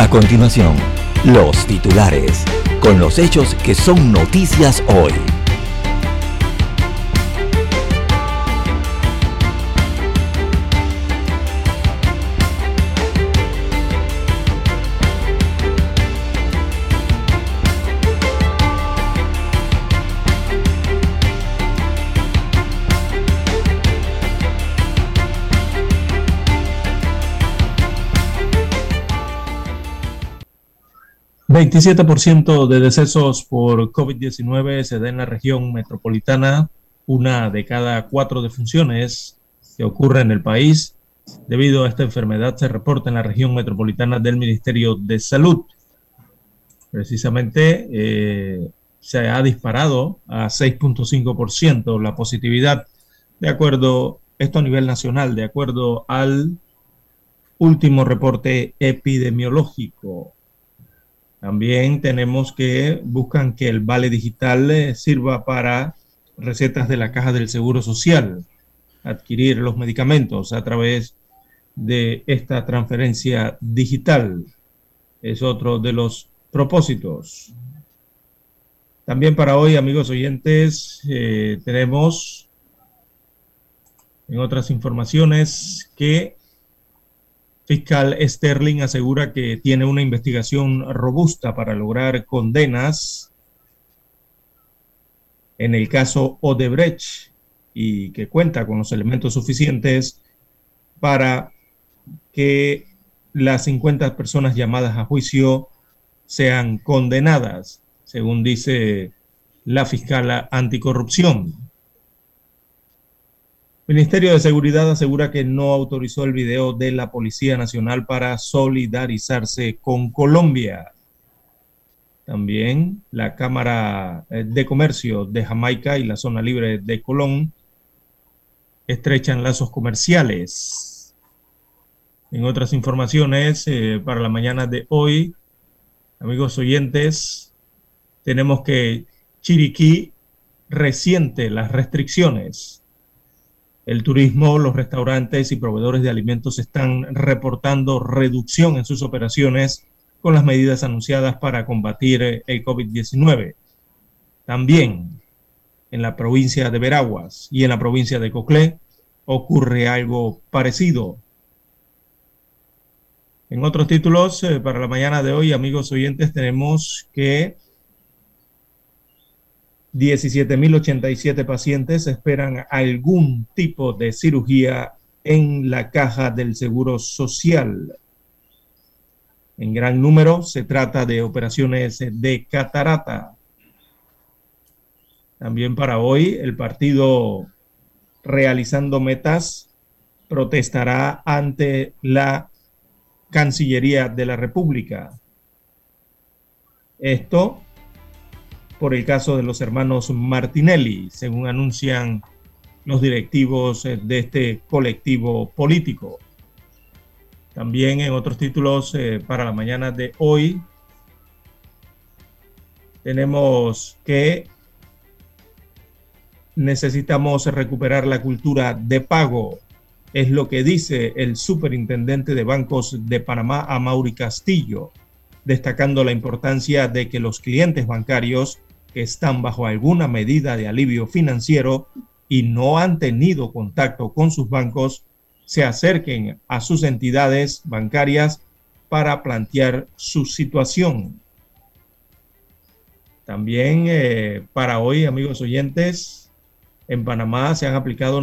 A continuación, los titulares, con los hechos que son noticias hoy. %, de decesos por COVID-19 se da en la región metropolitana. 1 de cada 4 defunciones que ocurre en el país debido a esta enfermedad se reporta en la región metropolitana del Ministerio de Salud. Precisamente se ha disparado a 6.5% la positividad, de acuerdo, esto a nivel nacional, de acuerdo al último reporte epidemiológico. También tenemos que buscan que el vale digital sirva para recetas de la Caja del Seguro Social, adquirir los medicamentos a través de esta transferencia digital. Es otro de los propósitos. También para hoy, amigos oyentes, tenemos en otras informaciones que fiscal Sterling asegura que tiene una investigación robusta para lograr condenas en el caso Odebrecht y que cuenta con los elementos suficientes para que las 50 personas llamadas a juicio sean condenadas, según dice la fiscal anticorrupción. El Ministerio de Seguridad asegura que no autorizó el video de la Policía Nacional para solidarizarse con Colombia. También la Cámara de Comercio de Jamaica y la Zona Libre de Colón estrechan lazos comerciales. En otras informaciones, para la mañana de hoy, amigos oyentes, tenemos que Chiriquí resiente las restricciones. El turismo, los restaurantes y proveedores de alimentos están reportando reducción en sus operaciones con las medidas anunciadas para combatir el COVID-19. También en la provincia de Veraguas y en la provincia de Coclé ocurre algo parecido. En otros títulos, para la mañana de hoy, amigos oyentes, tenemos que 17.087 pacientes esperan algún tipo de cirugía en la Caja del Seguro Social. En gran número se trata de operaciones de catarata. También para hoy el partido Realizando Metas protestará ante la Cancillería de la República. Esto por el caso de los hermanos Martinelli, según anuncian los directivos de este colectivo político. También en otros títulos para la mañana de hoy tenemos que necesitamos recuperar la cultura de pago, es lo que dice el superintendente de bancos de Panamá, Amaury Castillo, destacando la importancia de que los clientes bancarios que están bajo alguna medida de alivio financiero y no han tenido contacto con sus bancos se acerquen a sus entidades bancarias para plantear su situación. También para hoy, amigos oyentes, en Panamá se han aplicado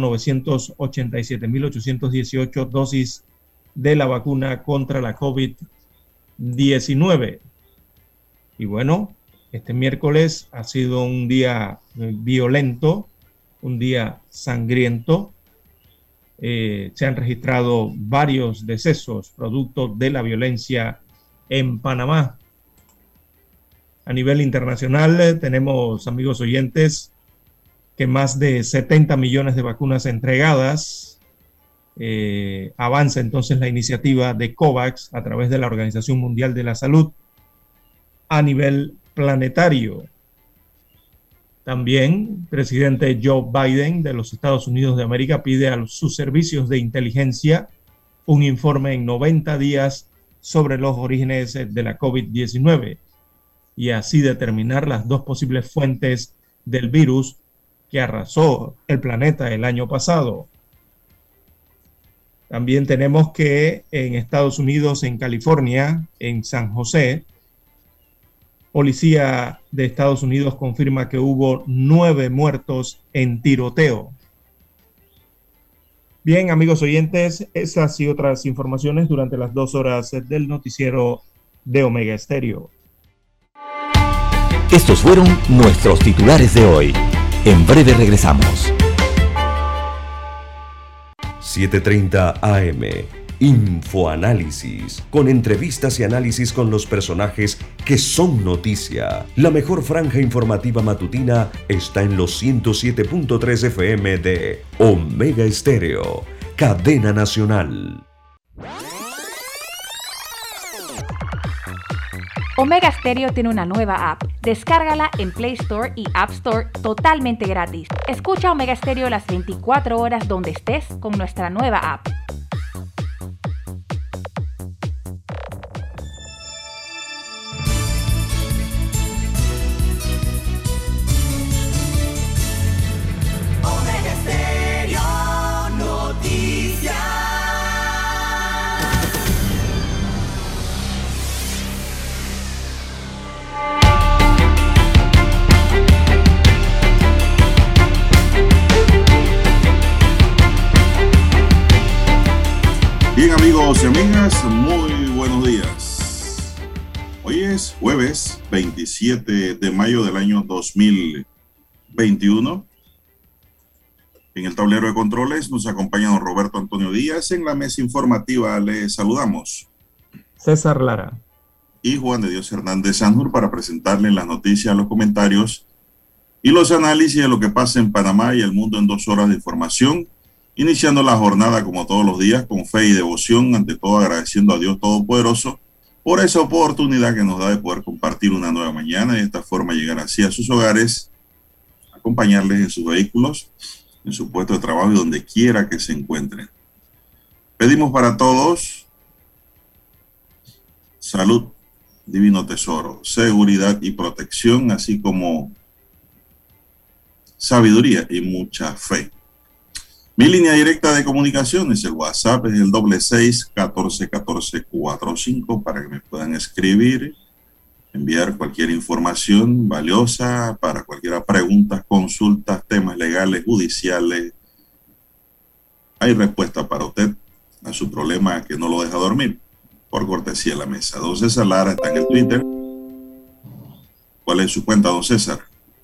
987.818 dosis de la vacuna contra la COVID-19. Y bueno, este miércoles ha sido un día violento, un día sangriento. Se han registrado varios decesos producto de la violencia en Panamá. A nivel internacional tenemos, amigos oyentes, que más de 70 millones de vacunas entregadas. Avanza entonces la iniciativa de COVAX a través de la Organización Mundial de la Salud a nivel planetario. También, presidente Joe Biden de los Estados Unidos de América pide a sus servicios de inteligencia un informe en 90 días sobre los orígenes de la COVID-19 y así determinar las dos posibles fuentes del virus que arrasó el planeta el año pasado. También tenemos que en Estados Unidos, en California, en San José, policía de Estados Unidos confirma que hubo 9 muertos en tiroteo. Bien, amigos oyentes, esas y otras informaciones durante las 2 horas del noticiero de Omega Estéreo. Estos fueron nuestros titulares de hoy. En breve regresamos. 7:30 AM. Infoanálisis, con entrevistas y análisis con los personajes que son noticia. La mejor franja informativa matutina está en los 107.3 FM de Omega Estéreo, cadena nacional. Omega Stereo tiene una nueva app. Descárgala en Play Store y App Store totalmente gratis. Escucha Omega Stereo las 24 horas donde estés con nuestra nueva app. Omega Stereo Noticias. Bien, amigos y amigas, muy buenos días. Hoy es jueves 27 de mayo del año 2021. En el tablero de controles nos acompaña don Roberto Antonio Díaz. En la mesa informativa le saludamos César Lara y Juan de Dios Hernández Sanjur para presentarle las noticias, los comentarios y los análisis de lo que pasa en Panamá y el mundo en 2 horas de información. Iniciando la jornada como todos los días con fe y devoción, ante todo agradeciendo a Dios Todopoderoso por esa oportunidad que nos da de poder compartir una nueva mañana y de esta forma llegar así a sus hogares, acompañarles en sus vehículos, en su puesto de trabajo y donde quiera que se encuentren. Pedimos para todos salud, divino tesoro, seguridad y protección, así como sabiduría y mucha fe. Mi línea directa de comunicaciones, el WhatsApp es el 666-1414-45 para que me puedan escribir, enviar cualquier información valiosa para cualquier pregunta, consultas, temas legales, judiciales. Hay respuesta para usted a su problema que no lo deja dormir, por cortesía de la mesa. Don César Lara está en el Twitter. ¿Cuál es su cuenta, don César?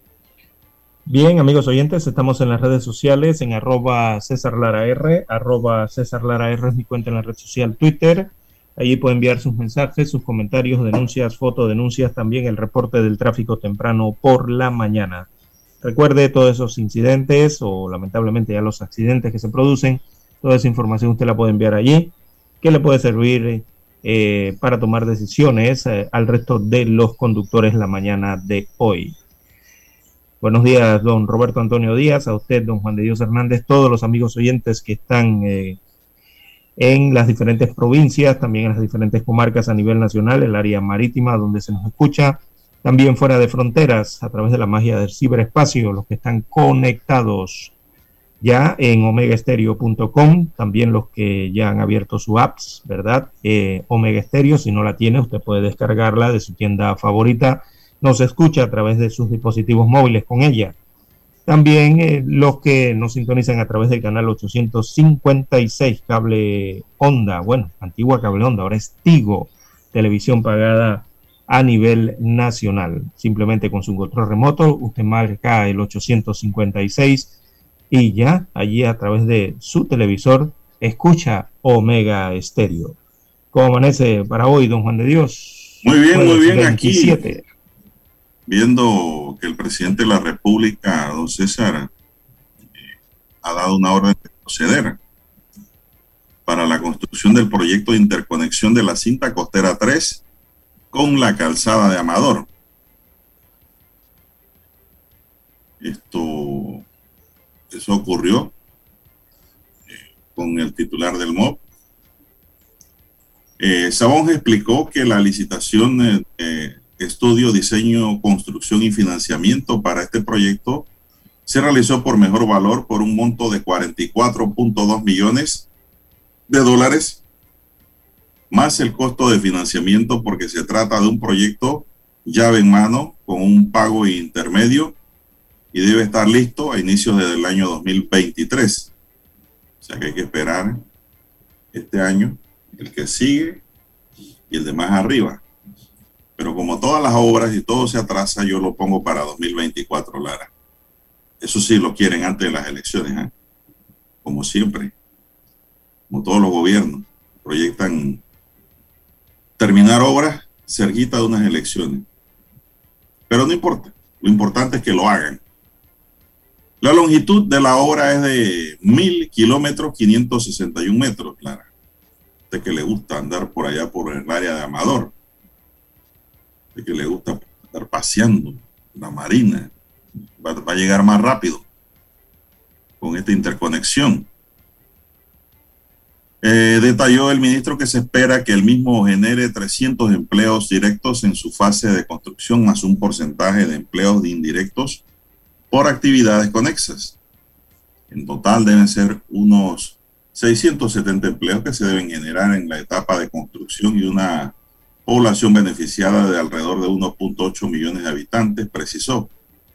Bien, amigos oyentes, estamos en las redes sociales en @César Lara R, @César Lara R es mi cuenta en la red social Twitter. Allí puede enviar sus mensajes, sus comentarios, denuncias, fotodenuncias, también el reporte del tráfico temprano por la mañana. Recuerde todos esos incidentes o lamentablemente ya los accidentes que se producen, toda esa información usted la puede enviar allí, que le puede servir para tomar decisiones al resto de los conductores la mañana de hoy. Buenos días, don Roberto Antonio Díaz, a usted, don Juan de Dios Hernández, todos los amigos oyentes que están en las diferentes provincias, también en las diferentes comarcas a nivel nacional, el área marítima donde se nos escucha, también fuera de fronteras, a través de la magia del ciberespacio, los que están conectados ya en omegaestereo.com, también los que ya han abierto su apps, ¿verdad? Omega Stereo, si no la tiene, usted puede descargarla de su tienda favorita. Nos escucha a través de sus dispositivos móviles con ella. También los que nos sintonizan a través del canal 856 cable onda, bueno, antigua cable onda, ahora es Tigo, televisión pagada a nivel nacional. Simplemente con su control remoto, usted marca el 856 y ya allí a través de su televisor escucha Omega Estéreo. ¿Cómo amanece para hoy, don Juan de Dios? Muy bien, Jueves muy bien 27. Aquí. Viendo que el presidente de la República, don César, ha dado una orden de proceder para la construcción del proyecto de interconexión de la cinta costera 3 con la calzada de Amador. Eso ocurrió con el titular del MOB, Sabonge explicó que la licitación, estudio, diseño, construcción y financiamiento para este proyecto se realizó por mejor valor por un monto de 44.2 millones de dólares, más el costo de financiamiento porque se trata de un proyecto llave en mano con un pago intermedio y debe estar listo a inicios del año 2023. O sea que hay que esperar este año, el que sigue y el de más arriba. Pero como todas las obras y todo se atrasa, yo lo pongo para 2024, Lara. Eso sí, lo quieren antes de las elecciones, ¿eh? Como siempre, como todos los gobiernos, proyectan terminar obras cerquita de unas elecciones. Pero no importa, lo importante es que lo hagan. La longitud de la obra es de 1.000 kilómetros, 561 metros, Clara. Usted que le gusta andar por allá por el área de Amador, usted que le gusta andar paseando la marina, va a llegar más rápido con esta interconexión. Detalló el ministro que se espera que el mismo genere 300 empleos directos en su fase de construcción, más un porcentaje de empleos indirectos por actividades conexas. En total deben ser unos 670 empleos que se deben generar en la etapa de construcción y una población beneficiada de alrededor de 1.8 millones de habitantes, precisó.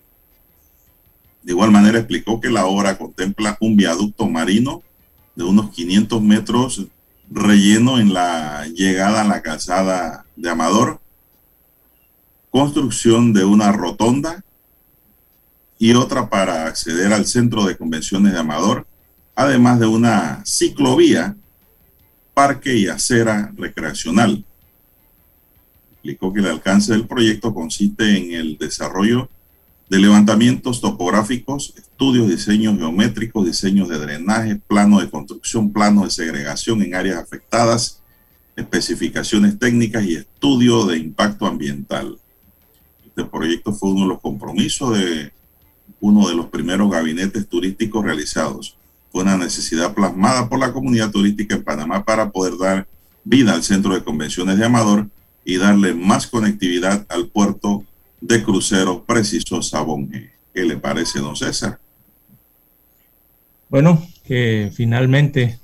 De igual manera explicó que la obra contempla un viaducto marino de unos 500 metros relleno en la llegada a la calzada de Amador, construcción de una rotonda y otra para acceder al centro de convenciones de Amador, además de una ciclovía, parque y acera recreacional. Explicó que el alcance del proyecto consiste en el desarrollo de levantamientos topográficos, estudios, diseños geométricos, diseños de drenaje, plano de construcción, plano de segregación en áreas afectadas, especificaciones técnicas y estudio de impacto ambiental. Este proyecto fue uno de los compromisos de uno de los primeros gabinetes turísticos realizados. Fue una necesidad plasmada por la comunidad turística en Panamá para poder dar vida al centro de convenciones de Amador y darle más conectividad al puerto de cruceros, precisó Sabonge. ¿Qué le parece, don César? Bueno, que finalmente,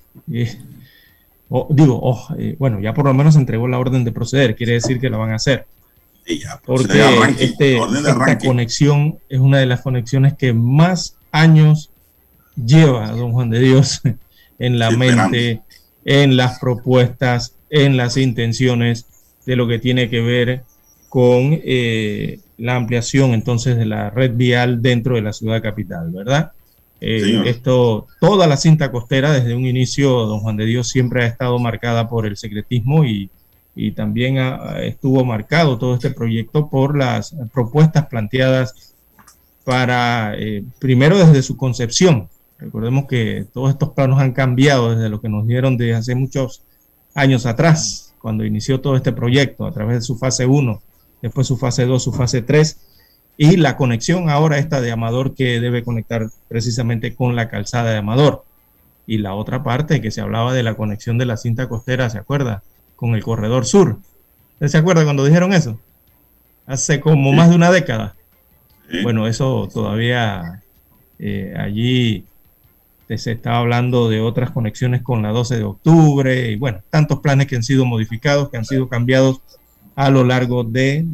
bueno, ya por lo menos entregó la orden de proceder, quiere decir que la van a hacer. Y ya, porque esta conexión es una de las conexiones que más años lleva don Juan de Dios en la mente, en las propuestas, en las intenciones de lo que tiene que ver con la ampliación entonces de la red vial dentro de la ciudad capital, ¿verdad? Toda la cinta costera desde un inicio, don Juan de Dios, siempre ha estado marcada por el secretismo y también estuvo marcado todo este proyecto por las propuestas planteadas para, primero desde su concepción. Recordemos que todos estos planos han cambiado desde lo que nos dieron desde hace muchos años atrás, cuando inició todo este proyecto a través de su fase 1, después su fase 2, su fase 3, y la conexión ahora esta de Amador que debe conectar precisamente con la calzada de Amador. Y la otra parte que se hablaba de la conexión de la cinta costera, ¿se acuerda? Con el corredor sur. ¿Usted se acuerda cuando dijeron eso? Hace como más de una década. Bueno, eso todavía allí se estaba hablando de otras conexiones con la 12 de octubre y bueno, tantos planes que han sido modificados, que han sido cambiados a lo largo de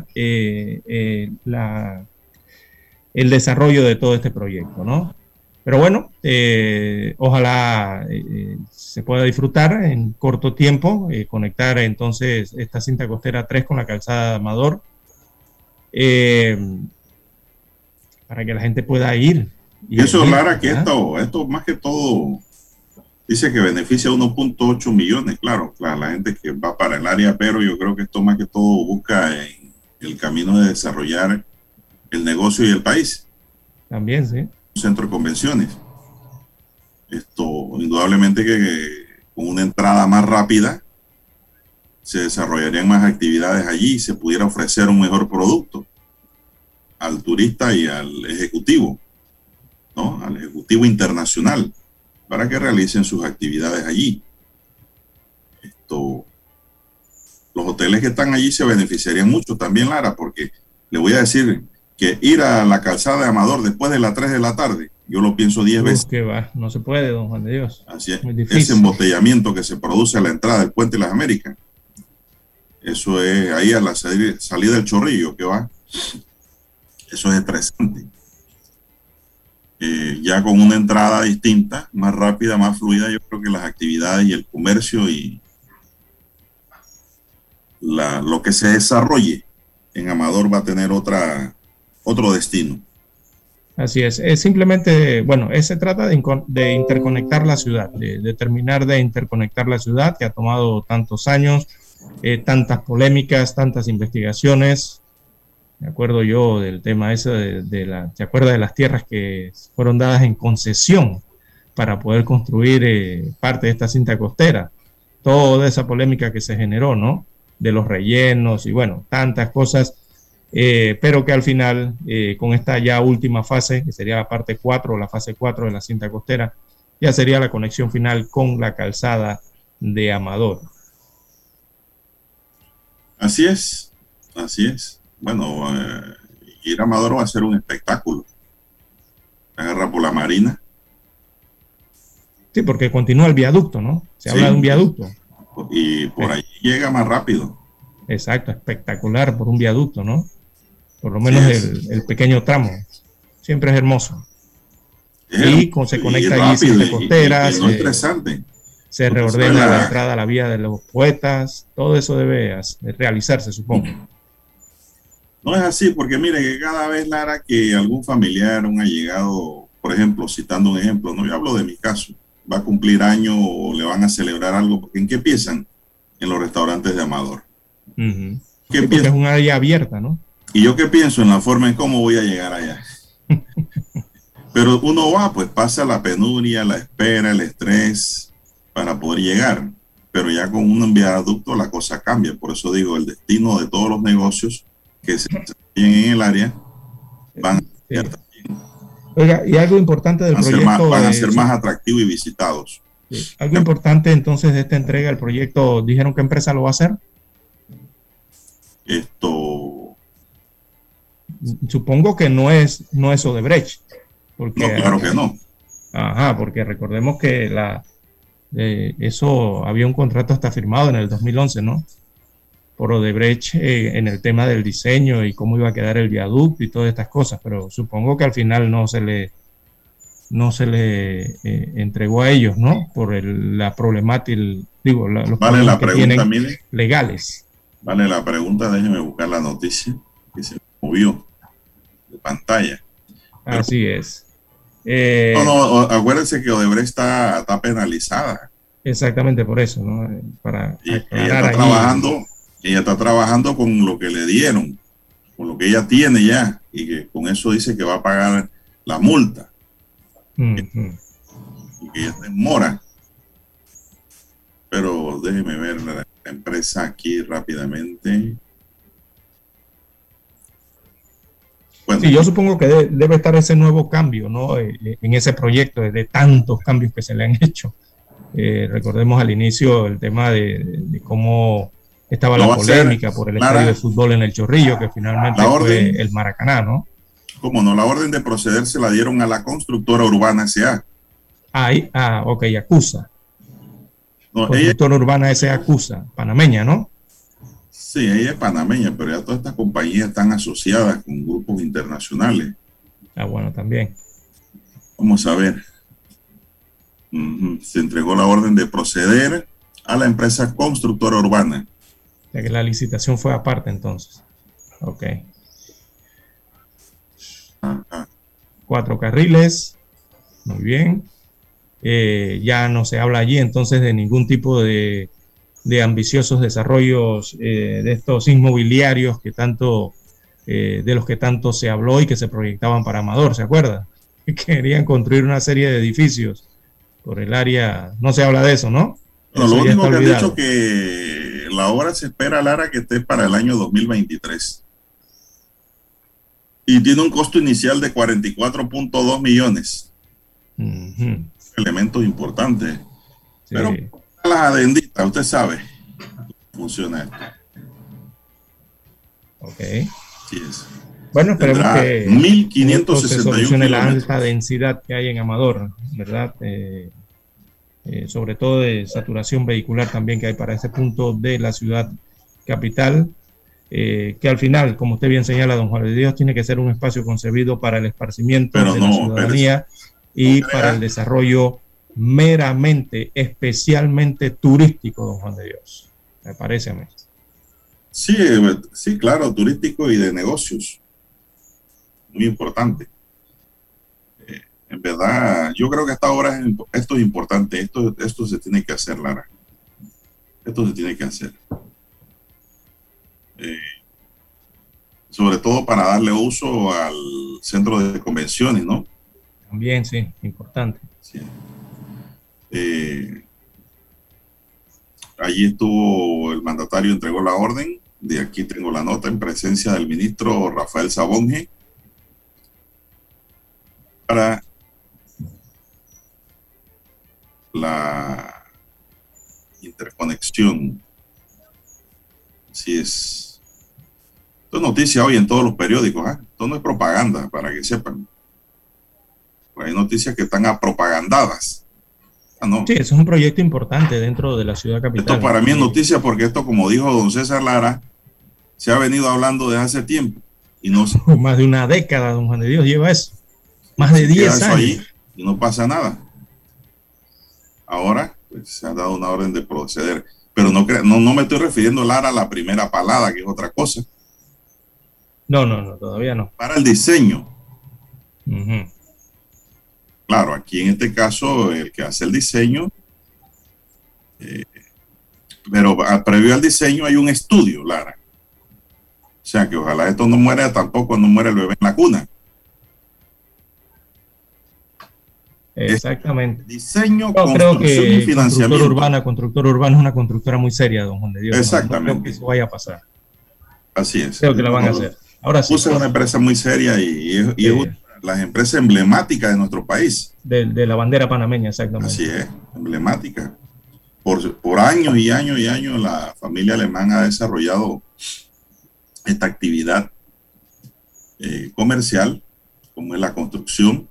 el desarrollo de todo este proyecto, ¿no? Pero bueno, ojalá se pueda disfrutar en corto tiempo, conectar entonces esta cinta costera 3 con la calzada de Amador, para que la gente pueda ir. Y eso, Lara, que esto más que todo dice que beneficia a 1.8 millones, claro, la gente que va para el área, pero yo creo que esto más que todo busca en el camino de desarrollar el negocio y el país. También, sí. Centro de convenciones. Esto, indudablemente que con una entrada más rápida se desarrollarían más actividades allí y se pudiera ofrecer un mejor producto al turista y al ejecutivo, ¿no? Al ejecutivo internacional, para que realicen sus actividades allí. Esto, los hoteles que están allí se beneficiarían mucho también, Lara, porque le voy a decir que ir a la calzada de Amador después de las 3 de la tarde, yo lo pienso 10 veces. Que va, no se puede, don Juan de Dios. Así es. Ese embotellamiento que se produce a la entrada del Puente de las Américas, eso es ahí a la salida del Chorrillo que va. Eso es estresante. Ya con una entrada distinta, más rápida, más fluida, yo creo que las actividades y el comercio y lo que se desarrolle en Amador va a tener otro destino. Así es simplemente, bueno, se trata de interconectar la ciudad, de terminar de interconectar la ciudad, que ha tomado tantos años, tantas polémicas, tantas investigaciones. Me acuerdo yo del tema ese ¿te acuerdas de las tierras que fueron dadas en concesión para poder construir parte de esta cinta costera? Toda esa polémica que se generó, ¿no? De los rellenos y bueno, tantas cosas, pero que al final, con esta ya última fase, que sería la parte 4, la fase 4 de la cinta costera, ya sería la conexión final con la calzada de Amador. Así es. Bueno, ir a Amador va a ser un espectáculo. Agarra por la Marina. Sí, porque continúa el viaducto, ¿no? Se habla de un viaducto. Y por ahí llega más rápido. Exacto, espectacular por un viaducto, ¿no? Por lo menos el pequeño tramo. Siempre es hermoso. Se conecta allí cinta costera. No estresante. Se reordena la entrada a la vía de los poetas. Todo eso debe realizarse, supongo. No es así, porque mire que cada vez, Lara, que algún familiar, un allegado, por ejemplo, citando un ejemplo, no, yo hablo de mi caso, va a cumplir año o le van a celebrar algo, ¿en qué piensan? En los restaurantes de Amador. Uh-huh. ¿Qué piensan? Es un área abierta, ¿no? Y yo qué pienso en la forma en cómo voy a llegar allá. Pero uno va, pues pasa la penuria, la espera, el estrés para poder llegar. Pero ya con un viaducto la cosa cambia. Por eso digo, el destino de todos los negocios que se desarrollen en el área van a cambiar también. Oiga, y algo importante del proyecto... Van a ser más atractivos y visitados. Sí. Algo importante entonces de esta entrega del proyecto, ¿dijeron qué empresa lo va a hacer? Supongo que no es Odebrecht. Porque, no, claro que no. Ajá, porque recordemos que eso había un contrato hasta firmado en el 2011, ¿no? Por Odebrecht en el tema del diseño y cómo iba a quedar el viaducto y todas estas cosas, pero supongo que al final no se le entregó a ellos, ¿no? Por la problemática, los problemas que tienen legales. Vale la pregunta, déjeme buscar la noticia que se movió de pantalla. Así es. No, acuérdense que Odebrecht está penalizada. Exactamente por eso, ¿no? Ella está trabajando con lo que le dieron, con lo que ella tiene ya, y que con eso dice que va a pagar la multa. Uh-huh. Y que ella está en mora. Pero déjeme ver la empresa aquí rápidamente. Bueno, sí, yo supongo que debe estar ese nuevo cambio, ¿no? En ese proyecto de tantos cambios que se le han hecho. Recordemos al inicio el tema de cómo estaba la polémica por el estadio de fútbol en el Chorrillo, que finalmente fue el Maracaná, ¿no? ¿Cómo no? La orden de proceder se la dieron a la constructora Urbana S.A. Ok, Acusa. No, constructora Urbana S.A. Acusa, panameña, ¿no? Sí, ella es panameña, pero ya todas estas compañías están asociadas con grupos internacionales. Bueno, también. Vamos a ver. Se entregó la orden de proceder a la empresa constructora Urbana. Ya que la licitación fue aparte, entonces. Ok. 4 carriles. Muy bien. Ya no se habla allí entonces de ningún tipo de ambiciosos desarrollos de estos inmobiliarios que de los que tanto se habló y que se proyectaban para Amador, ¿se acuerda? Querían construir una serie de edificios por el área. No se habla de eso, ¿no? Lo único que han dicho que la obra se espera, Lara, que esté para el año 2023. Y tiene un costo inicial de 44.2 millones. Uh-huh. Elementos importantes. Sí. Pero las adenditas, usted sabe cómo funciona esto. Ok. Sí es. Bueno, esperemos Tendrá que 1.561 se solucione la kilómetros. alta densidad que hay en Amador, ¿verdad? Sobre todo de saturación vehicular también que hay para ese punto de la ciudad capital, que al final, como usted bien señala, don Juan de Dios, tiene que ser un espacio concebido para el esparcimiento Pero de la no, ciudadanía espérese. y No para crea. el desarrollo meramente, especialmente turístico, don Juan de Dios. Me parece a mí. Sí, sí, claro, turístico y de negocios. Muy importante. En verdad, yo creo que esto es importante. Esto se tiene que hacer, Lara. Esto se tiene que hacer. Sobre todo para darle uso al centro de convenciones, ¿no? También, sí, importante. Sí. Allí estuvo el mandatario, entregó la orden. De aquí tengo la nota en presencia del ministro Rafael Sabonge para la interconexión. Así es. Esto es noticia hoy en todos los periódicos. Esto no es propaganda, para que sepan. Hay noticias que están apropagandadas. No. Sí, es un proyecto importante dentro de la ciudad capital. Esto para mí es noticia porque esto, como dijo don César Lara, se ha venido hablando desde hace tiempo. Y no más de una década, don Juan de Dios, lleva eso. Más de 10 años. Ahí y no pasa nada. Ahora pues, se ha dado una orden de proceder. Pero no me estoy refiriendo, Lara, a la primera palada, que es otra cosa. No, todavía no. Para el diseño. Uh-huh. Claro, aquí en este caso, el que hace el diseño, pero previo al diseño hay un estudio, Lara. O sea, que ojalá esto no muera tampoco, no muera el bebé en la cuna. Exactamente. Diseño, creo que y financiamiento. Constructora Urbana es una constructora muy seria, don Juan de Dios. Exactamente. No creo que eso vaya a pasar. Así es. Creo que la van a hacer. Ahora sí. Es una empresa muy seria y es una de las empresas emblemáticas de nuestro país. De la bandera panameña, exactamente. Así es, emblemática. Por años y años y años la familia Alemán ha desarrollado esta actividad comercial, como es la construcción,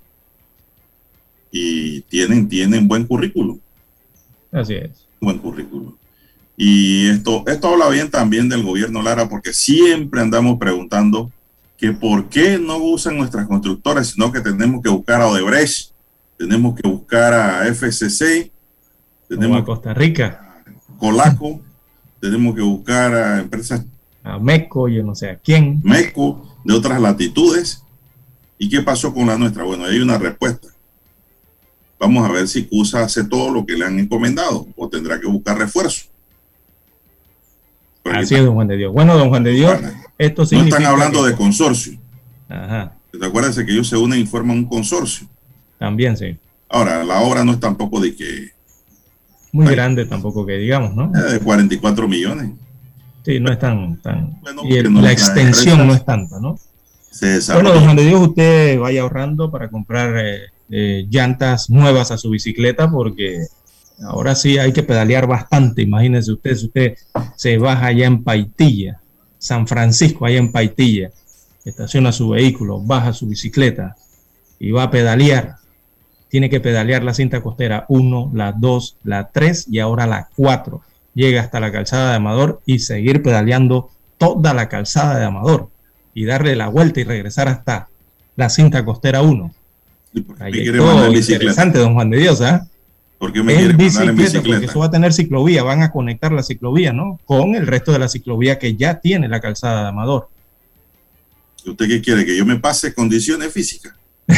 y tienen buen currículo. Así es. Buen currículo. Y esto habla bien también del gobierno, Lara, porque siempre andamos preguntando que por qué no usan nuestras constructoras, sino que tenemos que buscar a Odebrecht, tenemos que buscar a FCC, tenemos a Costa Rica, a Colaco, tenemos que buscar a empresas, a MECO, yo no sé a quién. MECO, de otras latitudes. ¿Y qué pasó con la nuestra? Bueno, hay una respuesta. Vamos a ver si CUSA hace todo lo que le han encomendado o tendrá que buscar refuerzo. Así es, don Juan de Dios. Bueno, don Juan de Dios, esto significa no están hablando de consorcio. Ajá. ¿Te acuerdas que ellos se unen y forman un consorcio? También, sí. Ahora, la obra no es tampoco de que... Muy grande tampoco que digamos, ¿no? De 44 millones. Sí, no es tan... Bueno, y la extensión no es tanta, ¿no? Bueno, don Juan de Dios, usted vaya ahorrando para comprar llantas nuevas a su bicicleta porque ahora sí hay que pedalear bastante. Imagínese usted, si usted se baja allá en Paitilla, San Francisco, allá en Paitilla, estaciona su vehículo, baja su bicicleta y va a pedalear. Tiene que pedalear la cinta costera 1, la 2, la 3 y ahora la 4. Llega hasta la calzada de Amador y seguir pedaleando toda la calzada de Amador y darle la vuelta y regresar hasta la cinta costera 1. Ahí es todo interesante, don Juan de Dios, ¿ah? ¿Por qué me quiere mandar en bicicleta? Porque eso va a tener ciclovía, van a conectar la ciclovía, ¿no? Con el resto de la ciclovía que ya tiene la calzada de Amador. ¿Usted qué quiere? ¿Que yo me pase condiciones físicas?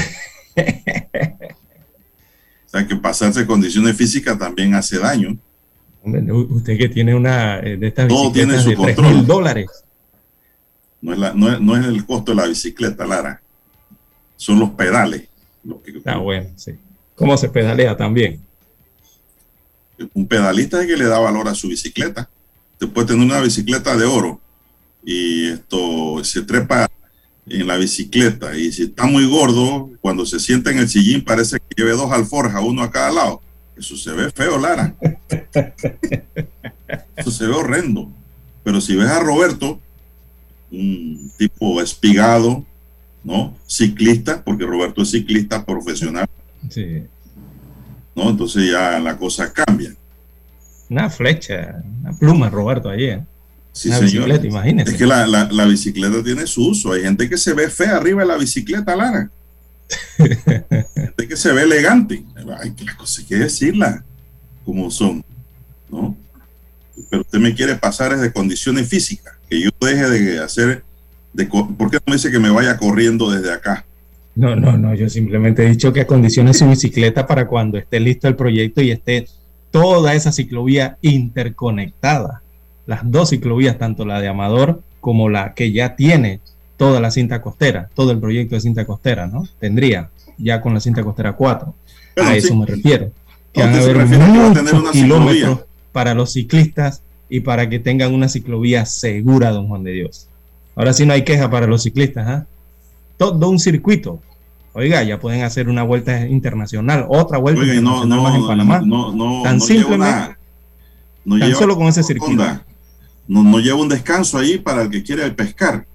O sea, que pasarse condiciones físicas también hace daño. Usted que tiene una de estas todo tiene su de control. $3,000. No es el costo de la bicicleta, Lara. Son los pedales. Está bueno, sí. ¿Cómo se pedalea también? Un pedalista es que le da valor a su bicicleta. Usted puede tener una bicicleta de oro y se trepa en la bicicleta y si está muy gordo, cuando se sienta en el sillín parece que lleve 2 alforjas, uno a cada lado. Eso se ve feo, Lara. Eso se ve horrendo. Pero si ves a Roberto, un tipo espigado, ¿no? Ciclista, porque Roberto es ciclista profesional. Sí. ¿No? Entonces ya la cosa cambia. Una flecha, una pluma, Roberto, allí. Sí, una señor. bicicleta, imagínese. Es que la bicicleta tiene su uso. Hay gente que se ve fea arriba de la bicicleta, Lara. Gente que se ve elegante. Hay que las cosas hay que decirlas como son, ¿no? Pero usted me quiere pasar es de condiciones físicas, que yo deje de hacer, ¿por qué no me dice que me vaya corriendo desde acá? No, yo simplemente he dicho que acondicione su bicicleta para cuando esté listo el proyecto y esté toda esa ciclovía interconectada. Las dos ciclovías, tanto la de Amador como la que ya tiene toda la cinta costera, todo el proyecto de cinta costera, ¿no? Tendría ya con la cinta costera 4. Pero a sí, eso me refiero. Que no, van a usted se haber refiere a que va a tener muchos una kilómetros ciclovía para los ciclistas y para que tengan una ciclovía segura, don Juan de Dios. Ahora sí no hay queja para los ciclistas, ¿eh? Todo un circuito. Oiga, ya pueden hacer una vuelta internacional, otra vuelta Oiga, internacional más en Panamá. Tan simplemente, tan solo con ese circuito. No lleva un descanso ahí para el que quiere pescar.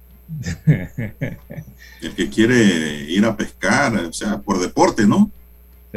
El que quiere ir a pescar, o sea, por deporte, ¿no? Sí.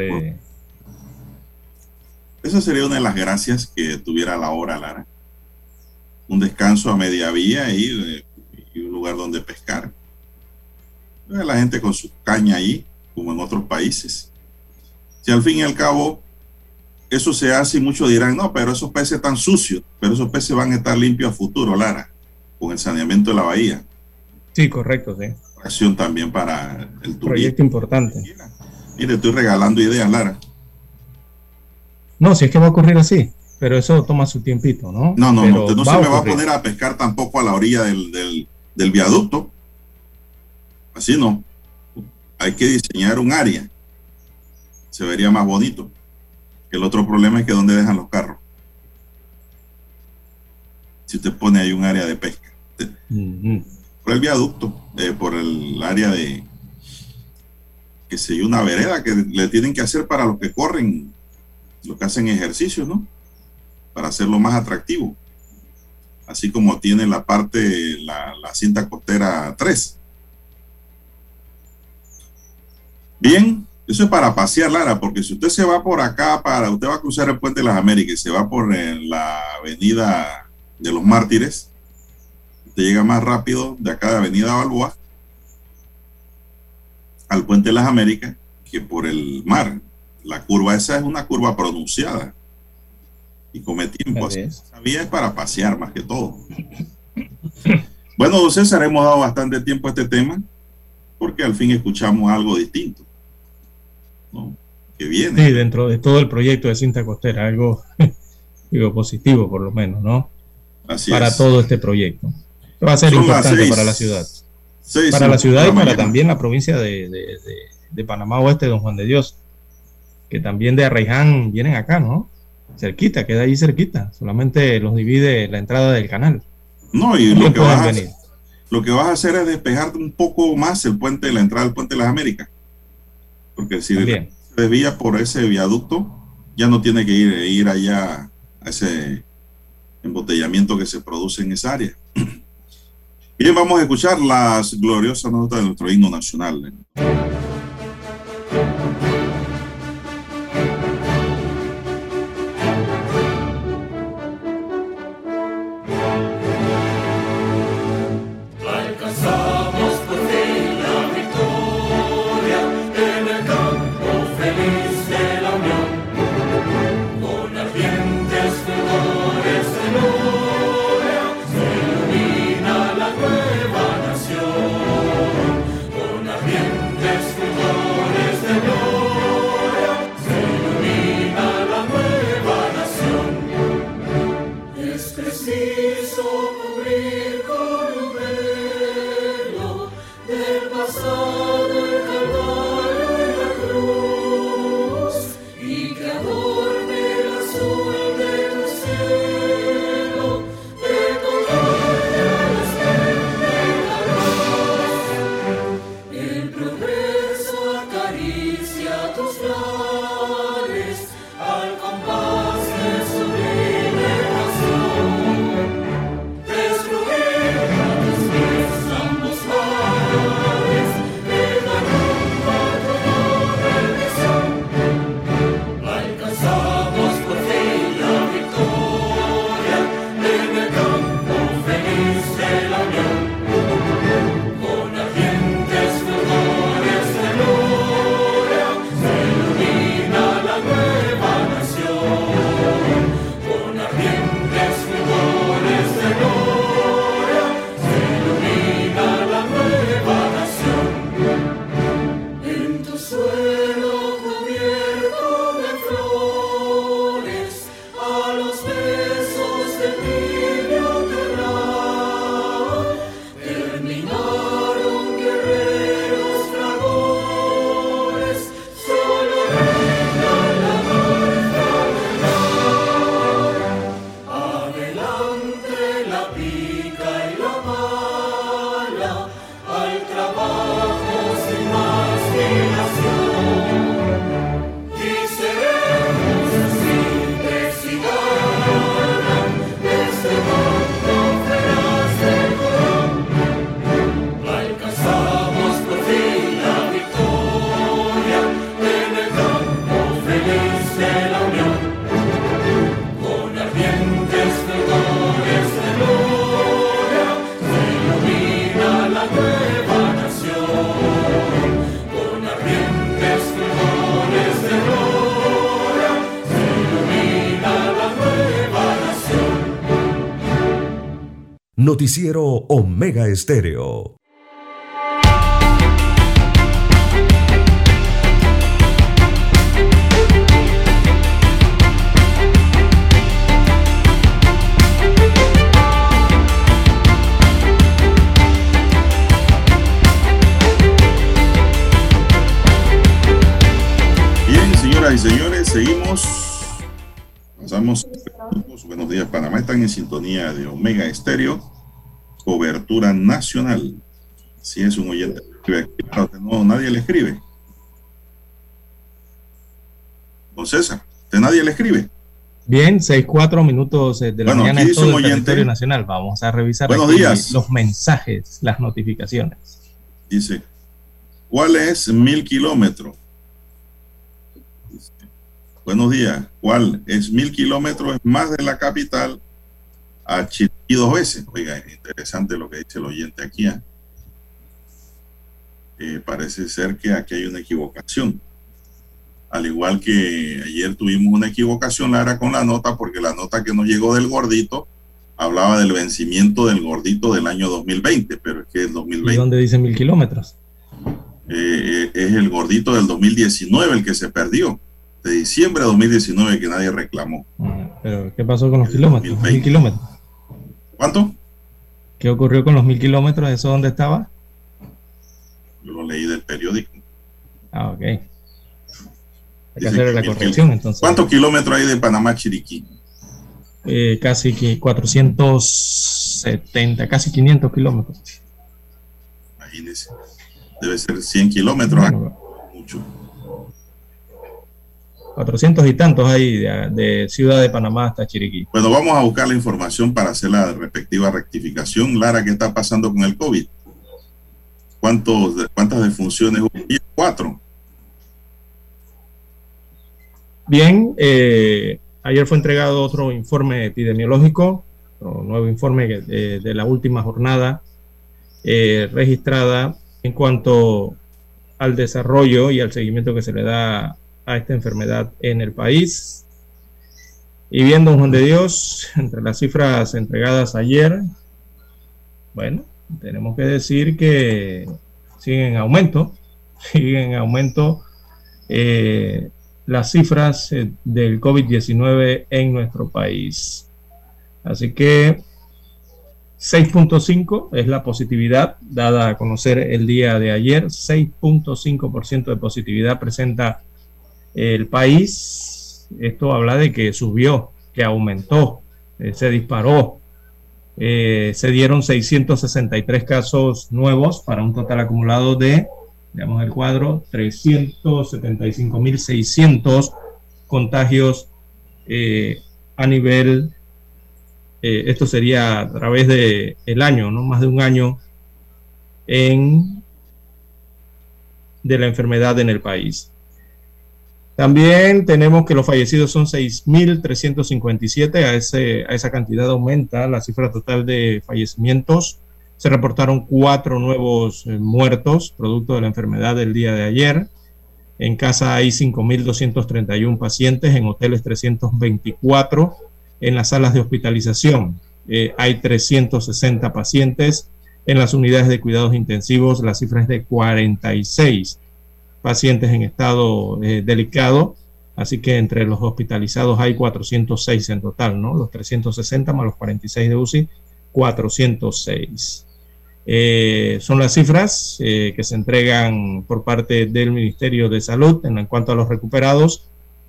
Esa sería una de las gracias que tuviera la hora, Lara. Un descanso a media vía y un lugar donde pescar. La gente con su caña ahí, como en otros países. Si al fin y al cabo eso se hace y muchos dirán, no, pero esos peces están sucios, pero esos peces van a estar limpios a futuro, Lara, con el saneamiento de la bahía. Sí, correcto, sí. Acción también para el turismo. Proyecto importante. Mire, estoy regalando ideas, Lara. No, si es que va a ocurrir así, pero eso toma su tiempito, ¿no? No, pero usted no se me va a poner a pescar tampoco a la orilla del viaducto. Así no. Hay que diseñar un área. Se vería más bonito. El otro problema es que ¿dónde dejan los carros? Si usted pone ahí un área de pesca. Por el viaducto, por el área de, qué sé yo, una vereda que le tienen que hacer para los que corren, los que hacen ejercicio, ¿no? Para hacerlo más atractivo. Así como tiene la parte, la cinta costera 3. Bien, eso es para pasear, Lara, porque si usted se va por acá, usted va a cruzar el Puente de las Américas y se va por la avenida de los Mártires, usted llega más rápido de acá de Avenida Balboa al Puente de las Américas que por el mar. La curva esa es una curva pronunciada y come tiempo. Así esa vía es para pasear más que todo. Bueno, don César, hemos dado bastante tiempo a este tema porque al fin escuchamos algo distinto, ¿no? Que viene. Sí, dentro de todo el proyecto de cinta costera, algo digo, positivo por lo menos, ¿no? Así para es. Todo este proyecto. Va a ser Son importante para la ciudad. Para la ciudad y para también la provincia de Panamá Oeste, don Juan de Dios, que también de Arraiján vienen acá, ¿no? Cerquita, queda ahí cerquita. Solamente los divide la entrada del canal. No, y lo que vas a hacer es despejar un poco más el puente, la entrada del Puente de las Américas. Porque si se desvía por ese viaducto, ya no tiene que ir allá a ese embotellamiento que se produce en esa área. Bien, vamos a escuchar las gloriosas notas de nuestro himno nacional. Con ardientes Noticiero Omega Estéreo. Bien, señoras y señores, seguimos. Pasamos. Buenos días, Panamá. Están en sintonía de Omega Estéreo, cobertura nacional. Si es un oyente que escribe aquí, no, nadie le escribe. Don César, ¿usted nadie le escribe? Bien, 6:04 minutos de la mañana en todo el territorio nacional. Vamos a revisar los mensajes, las notificaciones. Dice, ¿cuál es 1000 kilómetros? Buenos días. ¿Cuál es 1000 kilómetros? Es más de la capital a Chiriquí 2 veces. Oiga, es interesante lo que dice el oyente aquí. Parece ser que aquí hay una equivocación. Al igual que ayer tuvimos una equivocación, Lara, con la nota, porque la nota que nos llegó del gordito hablaba del vencimiento del gordito del año 2020, pero es que el 2020... ¿Y dónde dice 1000 kilómetros? Es el gordito del 2019 el que se perdió. De diciembre de 2019 que nadie reclamó. Pero ¿qué pasó con los kilómetros? 1000 kilómetros. ¿Cuánto? ¿Qué ocurrió con los 1000 kilómetros? ¿Eso dónde estaba? Yo lo leí del periódico. Ah, ok. Hay que hacer la corrección entonces. ¿Cuántos kilómetros hay de Panamá a Chiriquí? Casi que 470, casi 500 kilómetros. Imagínese. Debe ser 100 kilómetros. Bueno, mucho. 400 y tantos hay de Ciudad de Panamá hasta Chiriquí. Bueno, vamos a buscar la información para hacer la respectiva rectificación. Lara, ¿qué está pasando con el COVID? ¿Cuántas defunciones hubo? 4. Bien, ayer fue entregado otro informe epidemiológico, un nuevo informe de la última jornada registrada en cuanto al desarrollo y al seguimiento que se le da a esta enfermedad en el país. Y bien, don Juan de Dios, entre las cifras entregadas ayer, bueno, tenemos que decir que siguen en aumento las cifras del COVID-19 en nuestro país. Así que 6.5 es la positividad dada a conocer el día de ayer. 6.5% de positividad presenta el país. Esto habla de que subió, que aumentó, se disparó. Se dieron 663 casos nuevos para un total acumulado de, veamos el cuadro, 375.600 contagios a nivel, esto sería a través de el año, ¿no? Más de un año de la enfermedad en el país. También tenemos que los fallecidos son 6.357, a esa cantidad aumenta la cifra total de fallecimientos. Se reportaron 4 nuevos muertos, producto de la enfermedad del día de ayer. En casa hay 5.231 pacientes, en hoteles 324, en las salas de hospitalización hay 360 pacientes, en las unidades de cuidados intensivos la cifra es de 46 pacientes en estado delicado, así que entre los hospitalizados hay 406 en total, ¿no? Los 360 más los 46 de UCI, 406. Son las cifras que se entregan por parte del Ministerio de Salud en cuanto a los recuperados.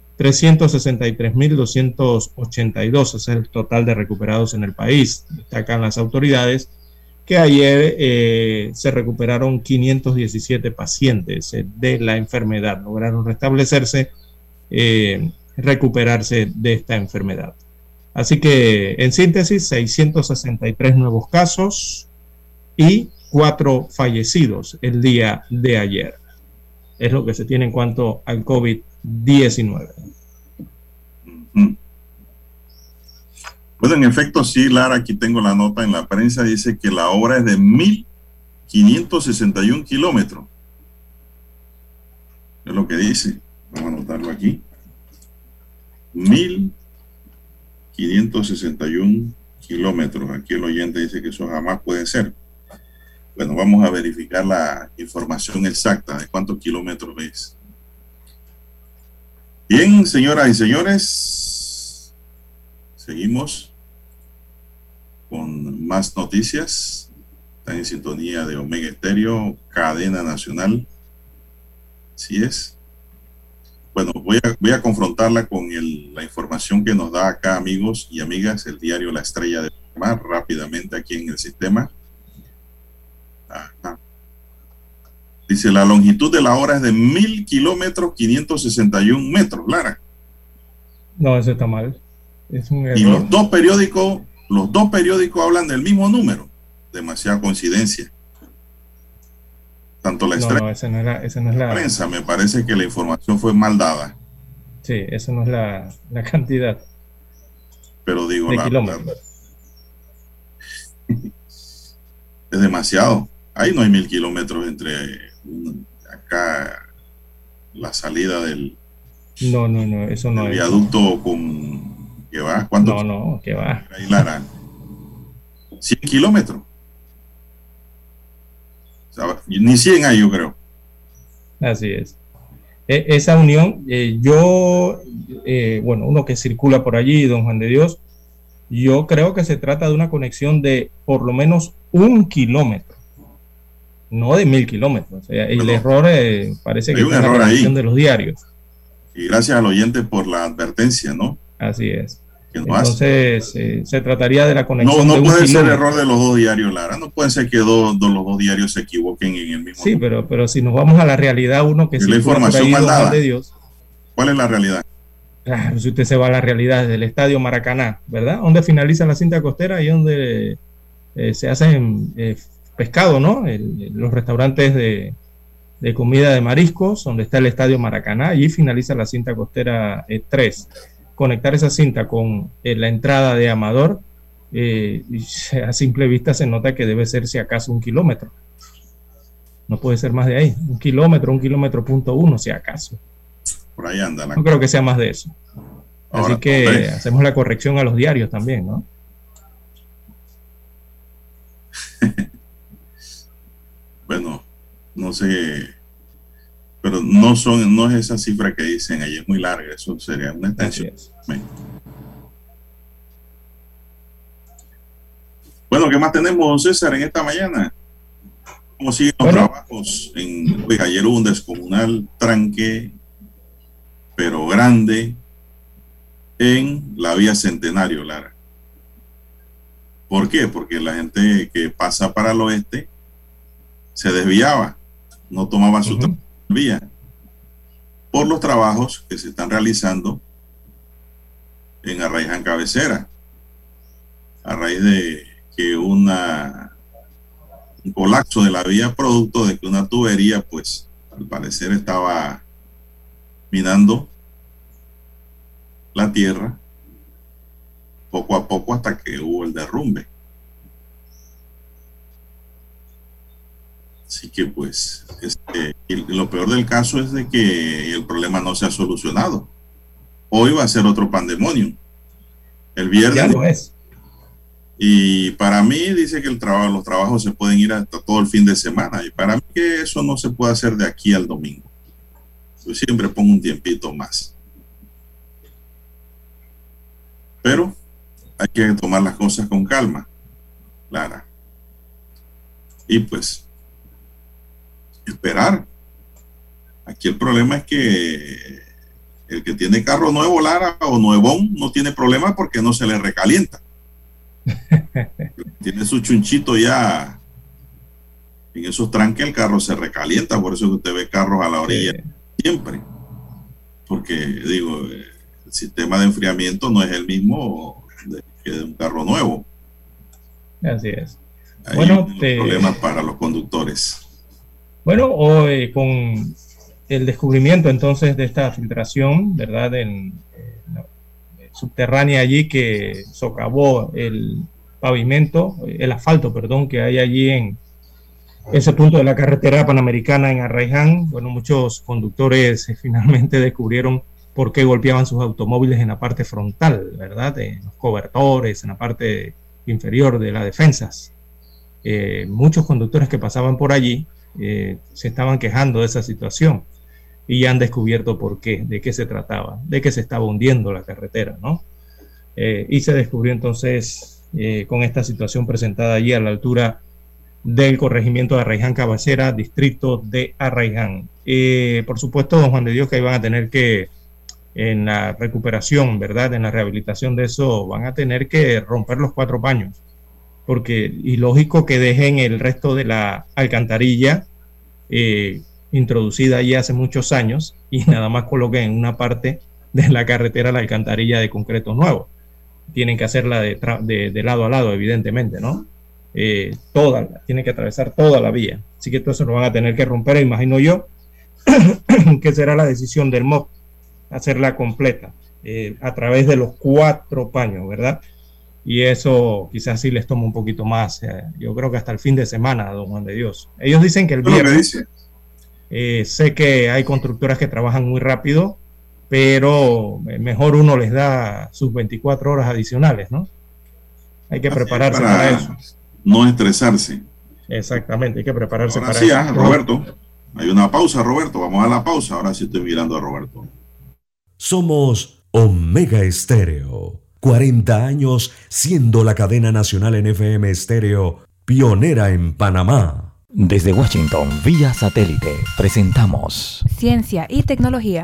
363.282 es el total de recuperados en el país. Destacan las autoridades que ayer se recuperaron 517 pacientes de la enfermedad, lograron restablecerse, recuperarse de esta enfermedad. Así que, en síntesis, 663 nuevos casos y 4 fallecidos el día de ayer. Es lo que se tiene en cuanto al COVID-19. Bueno, en efecto, sí, Lara, aquí tengo la nota en la prensa, dice que la obra es de 1.561 kilómetros. Es lo que dice. Vamos a anotarlo aquí. 1.561 kilómetros. Aquí el oyente dice que eso jamás puede ser. Bueno, vamos a verificar la información exacta de cuántos kilómetros es. Bien, señoras y señores, seguimos con más noticias. Están en sintonía de Omega Estéreo, cadena nacional. Así es. Bueno, voy a confrontarla con la información que nos da acá, amigos y amigas, el diario La Estrella de Panamá, rápidamente aquí en el sistema. Ajá. Dice, la longitud de la hora es de 1000 kilómetros, 561 metros, Lara. No, eso está mal. Es un error. Y los dos periódicos hablan del mismo número. Demasiada coincidencia. Tanto La Estrella esa no es la prensa, me parece que la información fue mal dada. Sí, esa no es la cantidad. Pero digo, de la kilómetros. verdad, es demasiado. Ahí no hay 1000 kilómetros entre acá la salida del No, eso no es. viaducto con que va. ¿Cuánto? No, que va. Ahí, Lara. 100 kilómetros. O sea, ni 100 hay, yo creo. Así es. Esa unión, uno que circula por allí, don Juan de Dios, yo creo que se trata de una conexión de por lo menos 1 kilómetro, no de 1000 kilómetros. O sea, el error parece que hay un está en error la conexión ahí de los diarios. Y gracias al oyente por la advertencia, ¿no? Así es. Que no hace. Entonces, se trataría de la conexión No de 1 puede ser kilómetro. error de los dos diarios, Lara. No puede ser que los dos diarios se equivoquen en el mismo. Sí, número. pero si nos vamos a la realidad, uno que Y la circula por información ahí, mal don Juan dada. de Dios. ¿Cuál es la realidad? Claro, si usted se va a la realidad desde el Estadio Maracaná, ¿verdad? Donde finaliza la cinta costera y donde se hacen pescado, ¿no? Los restaurantes de comida de mariscos, donde está el Estadio Maracaná, allí finaliza la cinta costera 3. Conectar esa cinta con la entrada de Amador, y a simple vista se nota que debe ser si acaso 1 kilómetro. No puede ser más de ahí. 1 kilómetro, 1 kilómetro punto 1, si acaso. Por ahí anda. No creo que sea más de eso. Ahora, así que hombre, hacemos la corrección a los diarios también, ¿no? bueno, no sé, pero no es esa cifra que dicen ahí, es muy larga, eso sería una extensión. Bueno, ¿qué más tenemos, don César, en esta mañana? ¿Cómo siguen los trabajos? Ayer hubo un descomunal tranque, pero grande, en la vía Centenario, Lara. ¿Por qué? Porque la gente que pasa para el oeste se desviaba, no tomaba su vía por los trabajos que se están realizando en Arraiján Cabecera, a raíz de que un colapso de la vía producto de que una tubería, pues al parecer estaba minando la tierra poco a poco hasta que hubo el derrumbe. Así que pues lo peor del caso es de que el problema no se ha solucionado. Hoy va a ser otro pandemonium. El viernes. Ya lo es. Y para mí dice que los trabajos se pueden ir hasta todo el fin de semana. Y para mí que eso no se puede hacer de aquí al domingo. Yo siempre pongo un tiempito más. Pero hay que tomar las cosas con calma, Lara. Y pues esperar. Aquí el problema es que el que tiene carro nuevo, Lara, o nuevón, no tiene problema porque no se le recalienta. Tiene su chunchito ya en esos tranques, el carro se recalienta, por eso que usted ve carros a la orilla siempre, porque digo, el sistema de enfriamiento no es el mismo que de un carro nuevo. Así es. Hay bueno, problemas para los conductores. Bueno, hoy con el descubrimiento entonces de esta filtración, ¿verdad? Subterránea allí que socavó el pavimento, el asfalto, perdón, que hay allí en ese punto de la carretera panamericana en Arraiján. Bueno, muchos conductores finalmente descubrieron por qué golpeaban sus automóviles en la parte frontal, ¿verdad? En los cobertores, en la parte inferior de las defensas. Muchos conductores que pasaban por allí se estaban quejando de esa situación y ya han descubierto por qué, de qué se trataba, de que se estaba hundiendo la carretera, ¿no? Y se descubrió entonces con esta situación presentada allí a la altura del corregimiento de Arraiján Cabecera, distrito de Arraiján. Por supuesto, don Juan de Dios, que ahí van a tener que, en la recuperación, ¿verdad?, en la rehabilitación de eso, van a tener que romper los 4 paños, porque ilógico que dejen el resto de la alcantarilla introducida allí hace muchos años y nada más coloquen en una parte de la carretera la alcantarilla de concreto nuevo. Tienen que hacerla de lado a lado, evidentemente, ¿no? Tienen que atravesar toda la vía. Así que todo eso lo van a tener que romper, imagino yo, que será la decisión del MOP, hacerla completa, a través de los 4 paños, ¿verdad? Y eso quizás sí les toma un poquito más, yo creo que hasta el fin de semana, don Juan de Dios. Ellos dicen que el viernes, sé que hay constructoras que trabajan muy rápido, pero mejor uno les da sus 24 horas adicionales, ¿no? Hay que prepararse para eso. No estresarse. Exactamente, hay que prepararse ahora para sí, eso. Roberto, hay una pausa, Roberto. Vamos a la pausa. Ahora sí estoy mirando a Roberto. Somos Omega Estéreo. 40 años siendo la cadena nacional en FM Estéreo, pionera en Panamá. Desde Washington, vía satélite, presentamos Ciencia y tecnología.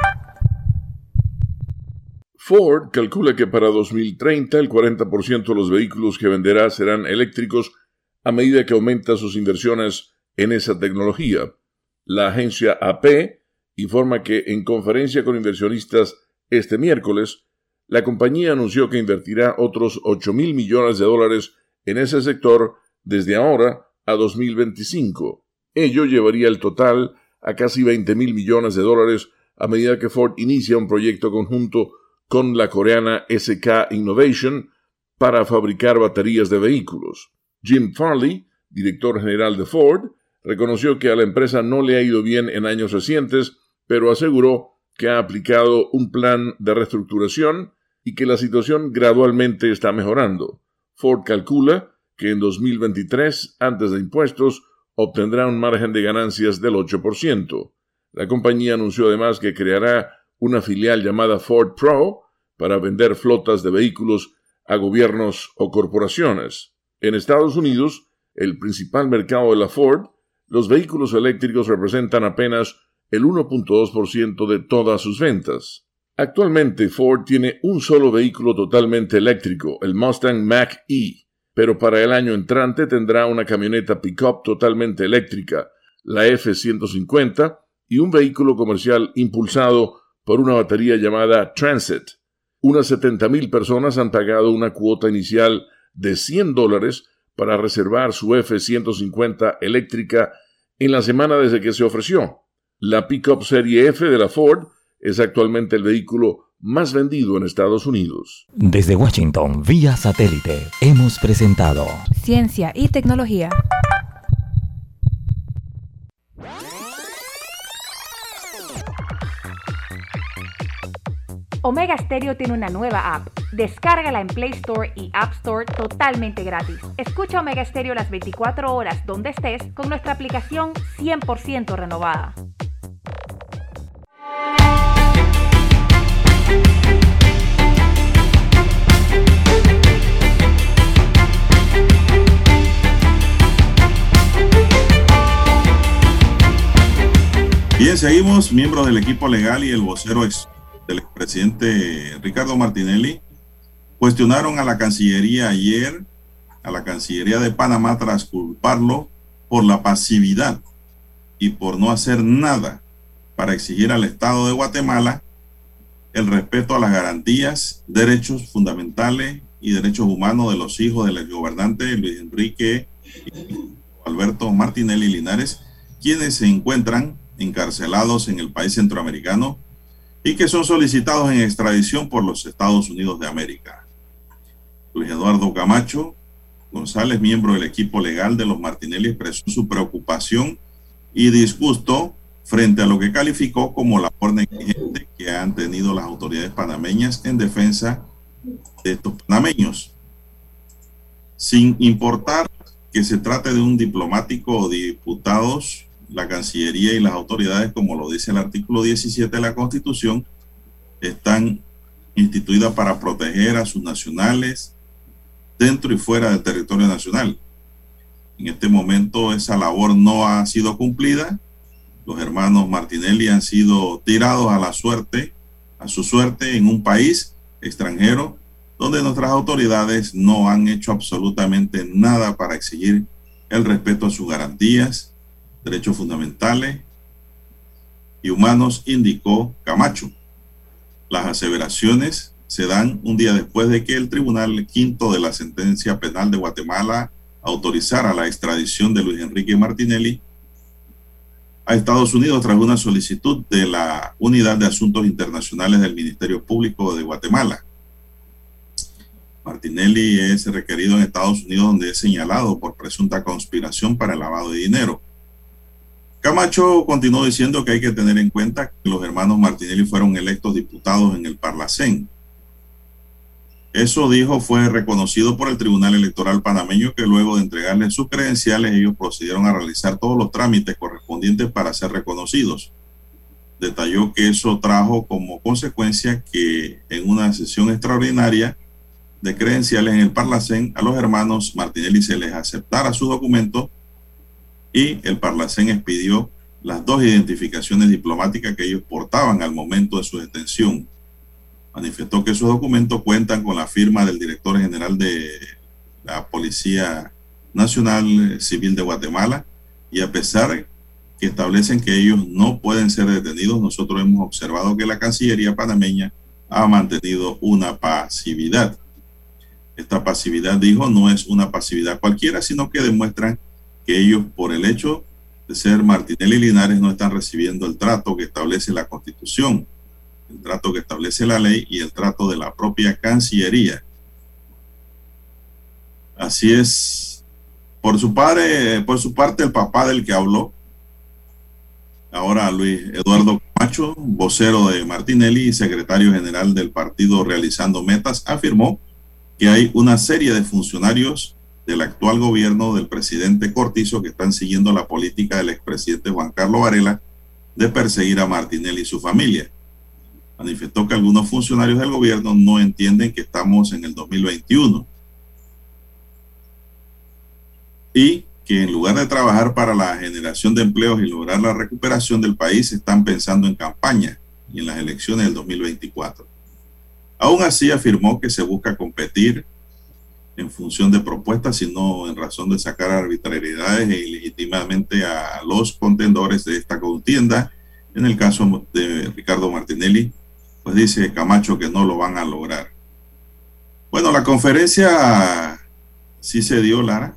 Ford calcula que para 2030 el 40% de los vehículos que venderá serán eléctricos a medida que aumenta sus inversiones en esa tecnología. La agencia AP informa que en conferencia con inversionistas este miércoles, la compañía anunció que invertirá otros $8,000 millones en ese sector desde ahora a 2025. Ello llevaría el total a casi $20,000 millones a medida que Ford inicia un proyecto conjunto con la coreana SK Innovation para fabricar baterías de vehículos. Jim Farley, director general de Ford, reconoció que a la empresa no le ha ido bien en años recientes, pero aseguró que ha aplicado un plan de reestructuración y que la situación gradualmente está mejorando. Ford calcula que en 2023, antes de impuestos, obtendrá un margen de ganancias del 8%. La compañía anunció además que creará una filial llamada Ford Pro para vender flotas de vehículos a gobiernos o corporaciones. En Estados Unidos, el principal mercado de la Ford, los vehículos eléctricos representan apenas el 1.2% de todas sus ventas. Actualmente Ford tiene un solo vehículo totalmente eléctrico, el Mustang Mach-E, pero para el año entrante tendrá una camioneta pick-up totalmente eléctrica, la F-150, y un vehículo comercial impulsado por una batería llamada Transit. Unas 70,000 personas han pagado una cuota inicial de $100 para reservar su F-150 eléctrica en la semana desde que se ofreció. La Pickup Serie F de la Ford es actualmente el vehículo más vendido en Estados Unidos. Desde Washington, vía satélite, hemos presentado Ciencia y tecnología. Omega Stereo tiene una nueva app. Descárgala en Play Store y App Store totalmente gratis. Escucha Omega Stereo las 24 horas donde estés con nuestra aplicación 100% renovada. Bien, seguimos. Miembros del equipo legal y el vocero del expresidente Ricardo Martinelli cuestionaron a la Cancillería ayer, a la Cancillería de Panamá, tras culparlo por la pasividad y por no hacer nada para exigir al Estado de Guatemala el respeto a las garantías, derechos fundamentales y derechos humanos de los hijos del exgobernante Luis Enrique y Alberto Martinelli Linares, quienes se encuentran encarcelados en el país centroamericano y que son solicitados en extradición por los Estados Unidos de América. Luis Eduardo Camacho González, miembro del equipo legal de los Martinelli, expresó su preocupación y disgusto frente a lo que calificó como la labor negligente que han tenido las autoridades panameñas en defensa de estos panameños. Sin importar que se trate de un diplomático o diputados, la Cancillería y las autoridades, como lo dice el artículo 17 de la Constitución, están instituidas para proteger a sus nacionales dentro y fuera del territorio nacional. En este momento esa labor no ha sido cumplida. Los hermanos Martinelli han sido tirados a la suerte, a su suerte en un país extranjero donde nuestras autoridades no han hecho absolutamente nada para exigir el respeto a sus garantías, derechos fundamentales y humanos, indicó Camacho. Las aseveraciones se dan un día después de que el Tribunal Quinto de la Sentencia Penal de Guatemala autorizara la extradición de Luis Enrique Martinelli a Estados Unidos tras una solicitud de la Unidad de Asuntos Internacionales del Ministerio Público de Guatemala. Martinelli es requerido en Estados Unidos, donde es señalado por presunta conspiración para el lavado de dinero. Camacho continuó diciendo que hay que tener en cuenta que los hermanos Martinelli fueron electos diputados en el Parlacén. Eso, dijo, fue reconocido por el Tribunal Electoral panameño, que luego de entregarles sus credenciales, ellos procedieron a realizar todos los trámites correspondientes para ser reconocidos. Detalló que eso trajo como consecuencia que en una sesión extraordinaria de credenciales en el Parlacén, a los hermanos Martinelli se les aceptara su documento y el Parlacén expidió las 2 identificaciones diplomáticas que ellos portaban al momento de su detención. Manifestó que esos documentos cuentan con la firma del director general de la Policía Nacional Civil de Guatemala, y a pesar que establecen que ellos no pueden ser detenidos, nosotros hemos observado que la Cancillería panameña ha mantenido una pasividad. Esta pasividad, dijo, no es una pasividad cualquiera, sino que demuestran que ellos, por el hecho de ser Martinelli y Linares, no están recibiendo el trato que establece la Constitución, el trato que establece la ley y el trato de la propia Cancillería. Así es. Por su parte, el papá del que habló, ahora Luis Eduardo Camacho, vocero de Martinelli y secretario general del partido Realizando Metas, afirmó que hay una serie de funcionarios del actual gobierno del presidente Cortizo que están siguiendo la política del expresidente Juan Carlos Varela de perseguir a Martinelli y su familia. Manifestó que algunos funcionarios del gobierno no entienden que estamos en el 2021 y que en lugar de trabajar para la generación de empleos y lograr la recuperación del país, están pensando en campaña y en las elecciones del 2024. Aún así, afirmó que se busca competir en función de propuestas, sino en razón de sacar arbitrariedades e ilegítimamente a los contendores de esta contienda. En el caso de Ricardo Martinelli, pues dice Camacho que no lo van a lograr. Bueno, la conferencia sí se dio, Lara,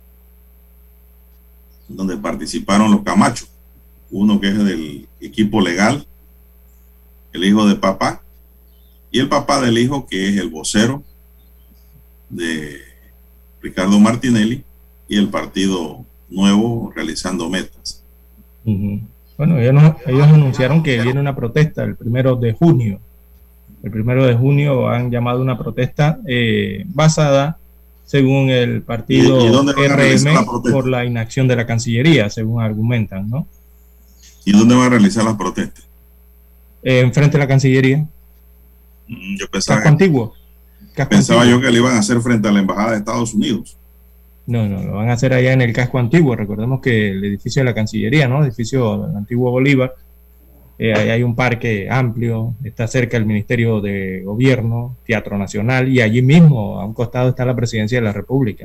donde participaron los Camacho, uno que es del equipo legal, el hijo de papá, y el papá del hijo, que es el vocero de Ricardo Martinelli, y el Partido Nuevo Realizando Metas. Bueno, ellos anunciaron que viene una protesta el 1 de junio. El 1 de junio han llamado una protesta basada, según el partido RM, por la inacción de la Cancillería, según argumentan, ¿no? ¿Y dónde van a realizar las protestas? Enfrente de la Cancillería. Yo pensaba, yo que le iban a hacer frente a la Embajada de Estados Unidos. No, lo van a hacer allá en el casco antiguo. Recordemos que el edificio de la Cancillería, ¿no? El edificio del antiguo Bolívar, ahí hay un parque amplio, está cerca del Ministerio de Gobierno, Teatro Nacional, y allí mismo, a un costado, está la Presidencia de la República.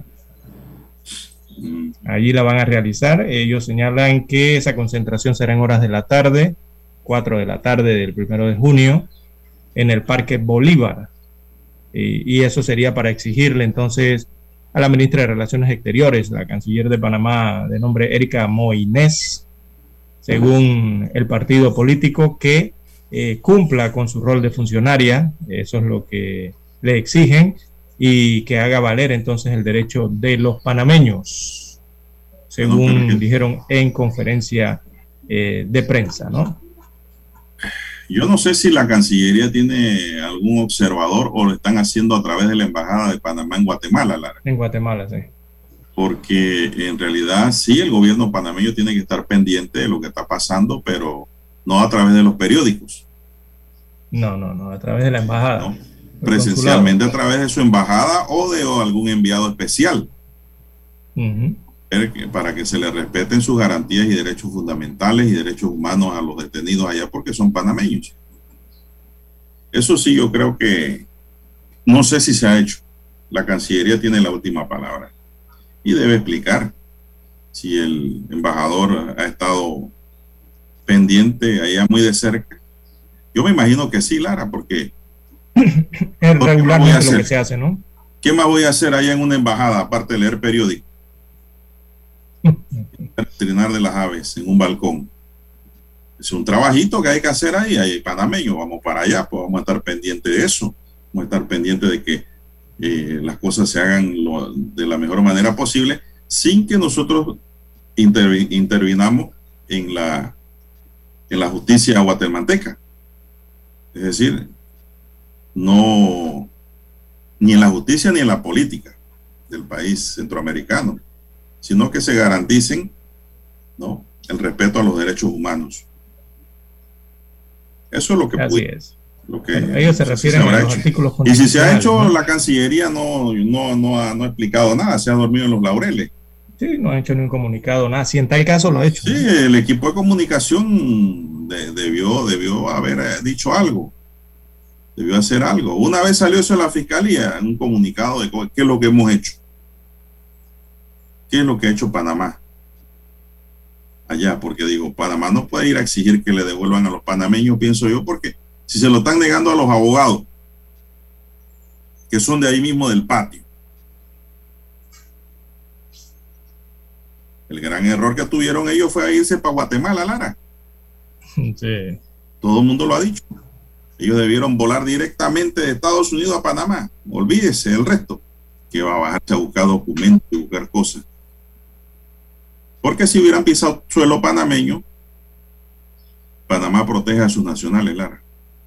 Allí la van a realizar. Ellos señalan que esa concentración será en horas de la tarde, 4 de la tarde del 1 de junio, en el Parque Bolívar. Y eso sería para exigirle entonces a la ministra de Relaciones Exteriores, la canciller de Panamá de nombre Erika Moines, según el partido político, que cumpla con su rol de funcionaria. Eso es lo que le exigen, y que haga valer entonces el derecho de los panameños, según dijeron en conferencia de prensa, ¿no? Yo no sé si la Cancillería tiene algún observador o lo están haciendo a través de la Embajada de Panamá en Guatemala, Lara. En Guatemala, sí. Porque en realidad sí, el gobierno panameño tiene que estar pendiente de lo que está pasando, pero no a través de los periódicos. No, a través de la embajada. ¿No? Presencialmente a través de su embajada o de algún enviado especial. Para que se le respeten sus garantías y derechos fundamentales y derechos humanos a los detenidos allá porque son panameños. Eso sí, yo creo que no sé si se ha hecho. La Cancillería tiene la última palabra y debe explicar si el embajador ha estado pendiente allá muy de cerca. Yo me imagino que sí, Lara, porque es regularmente lo que se hace, ¿no? ¿Qué más voy a hacer allá en una embajada aparte de leer periódico? Trinar de las aves en un balcón. Es un trabajito que hay que hacer ahí panameño, vamos para allá, pues vamos a estar pendientes de eso, vamos a estar pendientes de que las cosas se hagan de la mejor manera posible sin que nosotros intervinamos en la justicia guatemalteca. Es decir, no, ni en la justicia ni en la política del país centroamericano, sino que se garanticen, ¿no?, el respeto a los derechos humanos. Eso es lo que Así es. Lo que ellos se refieren a los artículos constitucionales. Y si se ha hecho, ¿no? La Cancillería no ha explicado nada, se ha dormido en los laureles. Sí, no ha hecho ni un comunicado, nada. Si en tal caso lo ha hecho. Sí, el equipo de comunicación debió haber dicho algo. Debió hacer algo. Una vez salió eso de la Fiscalía, en un comunicado de qué es lo que hemos hecho. ¿Qué es lo que ha hecho Panamá? Allá, porque digo, Panamá no puede ir a exigir que le devuelvan a los panameños, pienso yo, porque si se lo están negando a los abogados, que son de ahí mismo del patio. El gran error que tuvieron ellos fue irse para Guatemala, Lara. Sí. Todo el mundo lo ha dicho. Ellos debieron volar directamente de Estados Unidos a Panamá. Olvídese del resto, que va a bajarse a buscar documentos y buscar cosas. Porque si hubieran pisado suelo panameño, Panamá protege a sus nacionales, Lara.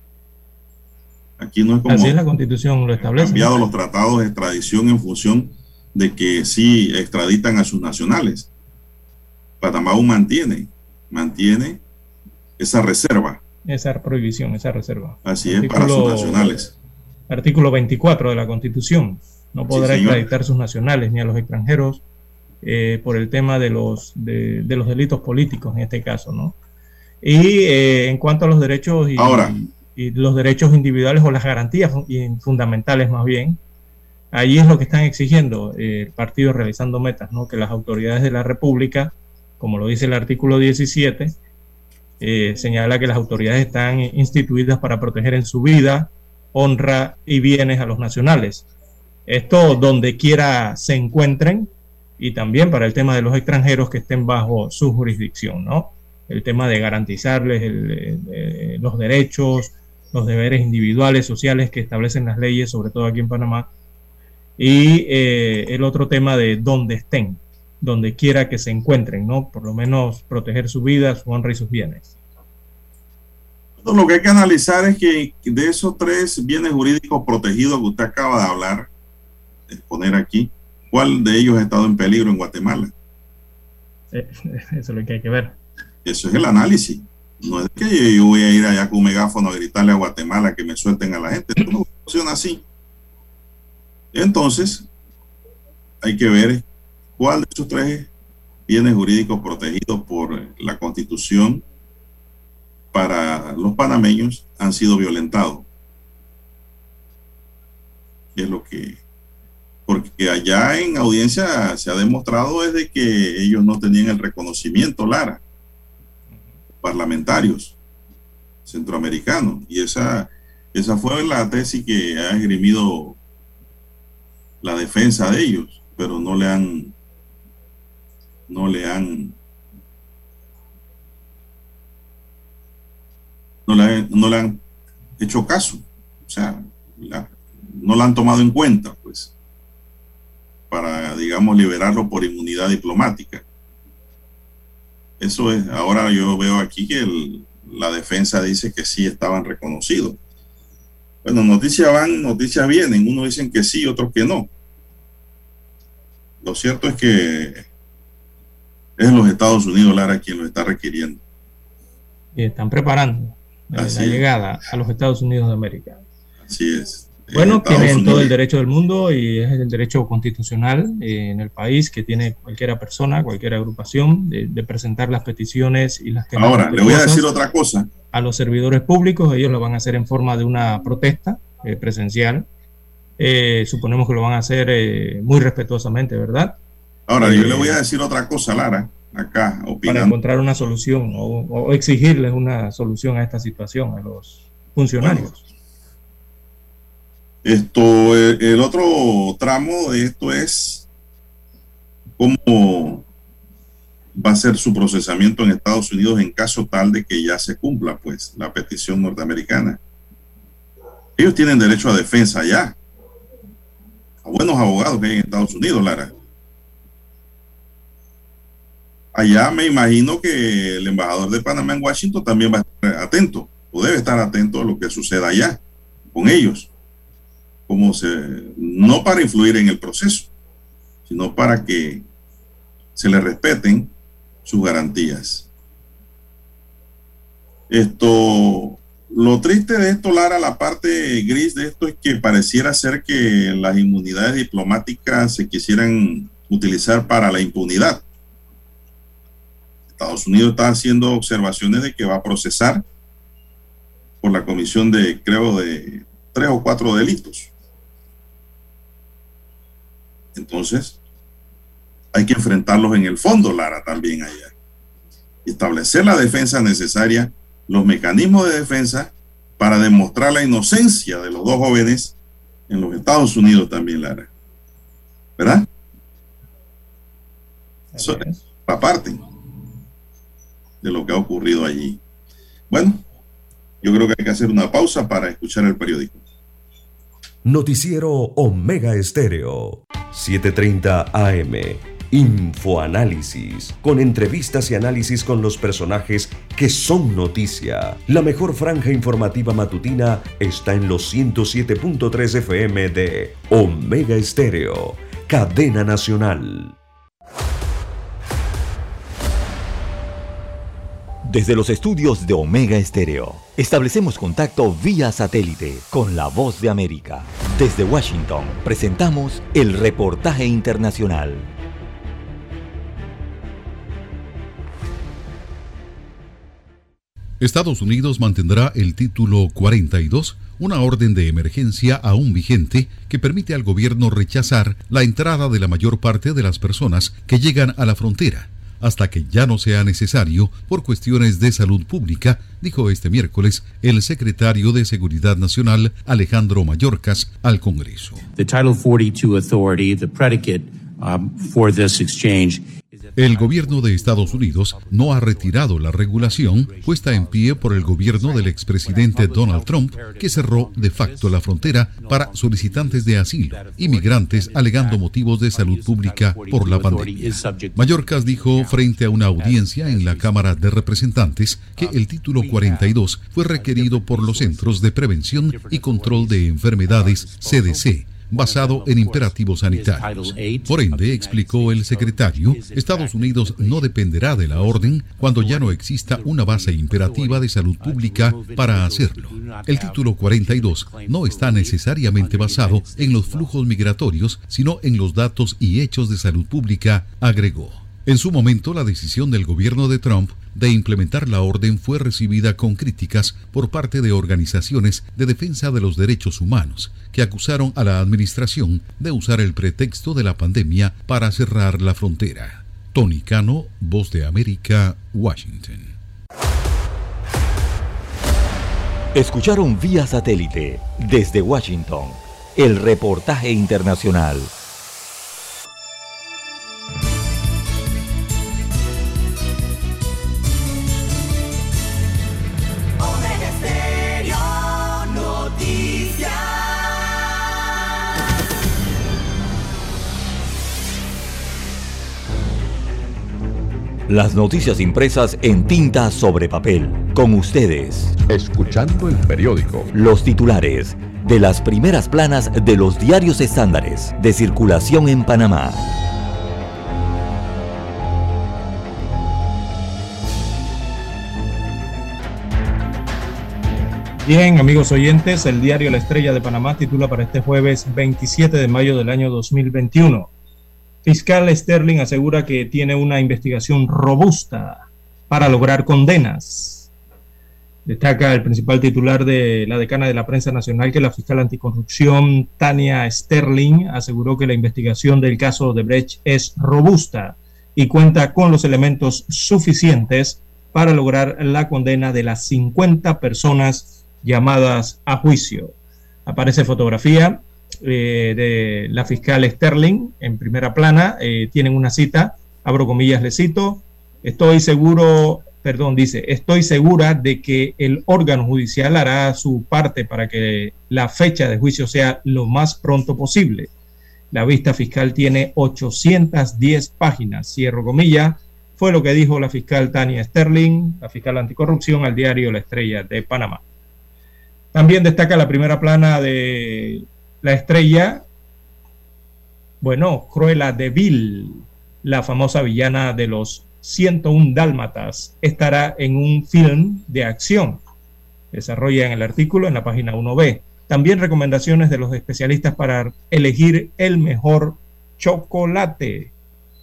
Aquí no es como... Así es, la Constitución lo establece. Han cambiado los tratados de extradición en función de que sí extraditan a sus nacionales. Panamá aún mantiene esa reserva. Esa prohibición, esa reserva. Así es, para sus nacionales. Artículo 24 de la Constitución. No podrá extraditar sus nacionales ni a los extranjeros por el tema de los delitos políticos en este caso, ¿no? Y en cuanto a los derechos y los derechos individuales o las garantías fundamentales más bien, allí es lo que están exigiendo el partido Realizando Metas, ¿no? Que las autoridades de la República, como lo dice el artículo 17, señala que las autoridades están instituidas para proteger en su vida, honra y bienes a los nacionales. Esto donde quiera se encuentren, y también para el tema de los extranjeros que estén bajo su jurisdicción, ¿no? El tema de garantizarles los derechos, los deberes individuales, sociales que establecen las leyes, sobre todo aquí en Panamá, y el otro tema de donde estén, donde quiera que se encuentren, ¿no? Por lo menos proteger su vida, su honra y sus bienes. Lo que hay que analizar es que de esos 3 bienes jurídicos protegidos que usted acaba de hablar, de exponer aquí, ¿cuál de ellos ha estado en peligro en Guatemala? Eso es lo que hay que ver. Eso es el análisis. No es que yo voy a ir allá con un megáfono a gritarle a Guatemala que me suelten a la gente. Esto no funciona así. Entonces, hay que ver cuál de esos 3 bienes jurídicos protegidos por la Constitución para los panameños han sido violentados. Es lo que... Porque allá en audiencia se ha demostrado desde que ellos no tenían el reconocimiento, Lara, parlamentarios centroamericanos. Y esa fue la tesis que ha esgrimido la defensa de ellos, pero no le han hecho caso. O sea, no la han tomado en cuenta, pues, para, digamos, liberarlo por inmunidad diplomática. Eso es. Ahora yo veo aquí que la defensa dice que sí estaban reconocidos. Bueno, noticias van, noticias vienen. Unos dicen que sí, otros que no. Lo cierto es que es los Estados Unidos, Lara, quien lo está requiriendo. Y están preparando la llegada a los Estados Unidos de América. Así es. Bueno, tienen todo el derecho del mundo y es el derecho constitucional en el país que tiene cualquier persona, cualquier agrupación de presentar las peticiones y las que... Ahora, le voy a decir otra cosa. A los servidores públicos, ellos lo van a hacer en forma de una protesta presencial. Suponemos que lo van a hacer muy respetuosamente, ¿verdad? Ahora, yo le voy a decir otra cosa, Lara, acá, opinando. Para encontrar una solución o exigirles una solución a esta situación a los funcionarios. Bueno, el otro tramo de esto es cómo va a ser su procesamiento en Estados Unidos en caso tal de que ya se cumpla pues la petición norteamericana. Ellos tienen derecho a defensa allá, a buenos abogados que hay en Estados Unidos, Lara. Allá me imagino que el embajador de Panamá en Washington también va a estar atento, o debe estar atento a lo que suceda allá con ellos. No para influir en el proceso, sino para que se le respeten sus garantías. Lo triste de esto, Lara, la parte gris de esto es que pareciera ser que las inmunidades diplomáticas se quisieran utilizar para la impunidad. Estados Unidos está haciendo observaciones de que va a procesar por la comisión de 3 o 4 delitos. Entonces, hay que enfrentarlos en el fondo, Lara, también allá. Establecer la defensa necesaria, los mecanismos de defensa para demostrar la inocencia de los dos jóvenes en los Estados Unidos también, Lara. ¿Verdad? Eso es la parte de lo que ha ocurrido allí. Bueno, yo creo que hay que hacer una pausa para escuchar el periódico. Noticiero Omega Estéreo, 7:30 AM. Infoanálisis, con entrevistas y análisis con los personajes que son noticia. La mejor franja informativa matutina está en los 107.3 FM de Omega Estéreo, cadena nacional. Desde los estudios de Omega Estéreo, establecemos contacto vía satélite con la Voz de América. Desde Washington, presentamos el reportaje internacional. Estados Unidos mantendrá el título 42, una orden de emergencia aún vigente que permite al gobierno rechazar la entrada de la mayor parte de las personas que llegan a la frontera, hasta que ya no sea necesario por cuestiones de salud pública, dijo este miércoles el secretario de Seguridad Nacional, Alejandro Mayorkas, al Congreso. The Title 42 authority, the predicate for this exchange. El gobierno de Estados Unidos no ha retirado la regulación puesta en pie por el gobierno del expresidente Donald Trump, que cerró de facto la frontera para solicitantes de asilo y migrantes alegando motivos de salud pública por la pandemia. Mayorkas dijo frente a una audiencia en la Cámara de Representantes que el título 42 fue requerido por los Centros de Prevención y Control de Enfermedades, CDC, basado en imperativos sanitarios. Por ende, explicó el secretario, Estados Unidos no dependerá de la orden cuando ya no exista una base imperativa de salud pública para hacerlo. El título 42 no está necesariamente basado en los flujos migratorios, sino en los datos y hechos de salud pública, agregó. En su momento, la decisión del gobierno de Trump de implementar la orden fue recibida con críticas por parte de organizaciones de defensa de los derechos humanos, que acusaron a la administración de usar el pretexto de la pandemia para cerrar la frontera. Tony Cano, Voz de América, Washington. Escucharon vía satélite desde Washington el reportaje internacional. Las noticias impresas en tinta sobre papel. Con ustedes. Escuchando el periódico. Los titulares de las primeras planas de los diarios estándares de circulación en Panamá. Bien, amigos oyentes, el diario La Estrella de Panamá titula para este jueves 27 de mayo del año 2021. Fiscal Sterling asegura que tiene una investigación robusta para lograr condenas. Destaca el principal titular de la decana de la prensa nacional que la fiscal anticorrupción Tania Sterling aseguró que la investigación del caso Odebrecht es robusta y cuenta con los elementos suficientes para lograr la condena de las 50 personas llamadas a juicio. Aparece fotografía de la fiscal Sterling en primera plana. Tienen una cita, abro comillas, le cito: estoy segura de que el órgano judicial hará su parte para que la fecha de juicio sea lo más pronto posible. La vista fiscal tiene 810 páginas, cierro comillas, fue lo que dijo la fiscal Tania Sterling, la fiscal anticorrupción, al diario La Estrella de Panamá. También destaca la primera plana de La Estrella, Cruella de Vil, la famosa villana de los 101 Dálmatas, estará en un film de acción. Desarrolla en el artículo en la página 1B. También recomendaciones de los especialistas para elegir el mejor chocolate.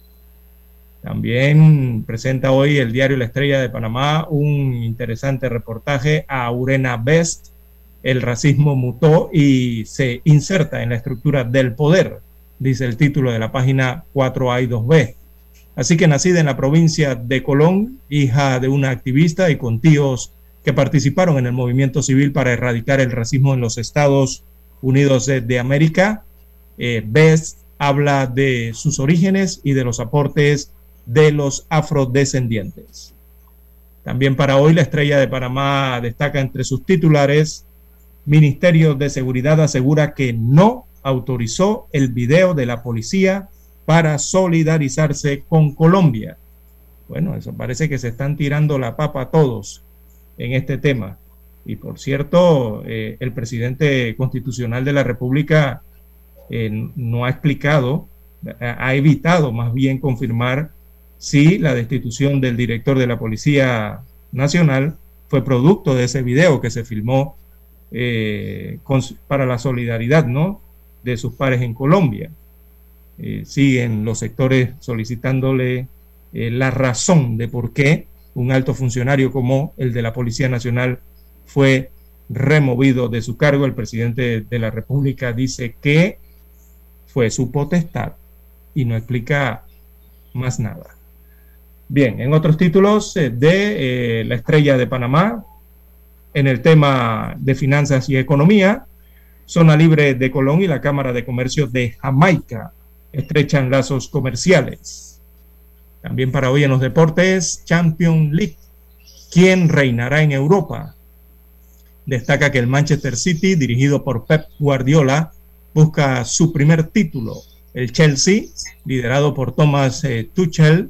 También presenta hoy el diario La Estrella de Panamá un interesante reportaje a Aurena Best. El racismo mutó y se inserta en la estructura del poder, dice el título de la página 4A y 2B. Así que nacida en la provincia de Colón, hija de una activista y con tíos que participaron en el movimiento civil para erradicar el racismo en los Estados Unidos de América, Best habla de sus orígenes y de los aportes de los afrodescendientes. También para hoy La Estrella de Panamá destaca entre sus titulares: Ministerio de Seguridad asegura que no autorizó el video de la policía para solidarizarse con Colombia. Bueno, eso parece que se están tirando la papa todos en este tema. Y por cierto, el presidente constitucional de la República no ha explicado, ha evitado más bien confirmar si la destitución del director de la Policía Nacional fue producto de ese video que se filmó para la solidaridad, ¿no?, de sus pares en Colombia. Siguen los sectores solicitándole la razón de por qué un alto funcionario como el de la Policía Nacional fue removido de su cargo. El presidente de la República dice que fue su potestad y no explica más nada. Bien, en otros títulos de La Estrella de Panamá, en el tema de finanzas y economía, Zona Libre de Colón y la Cámara de Comercio de Jamaica estrechan lazos comerciales. También para hoy en los deportes, Champions League. ¿Quién reinará en Europa? Destaca que el Manchester City, dirigido por Pep Guardiola, busca su primer título. El Chelsea, liderado por Thomas Tuchel,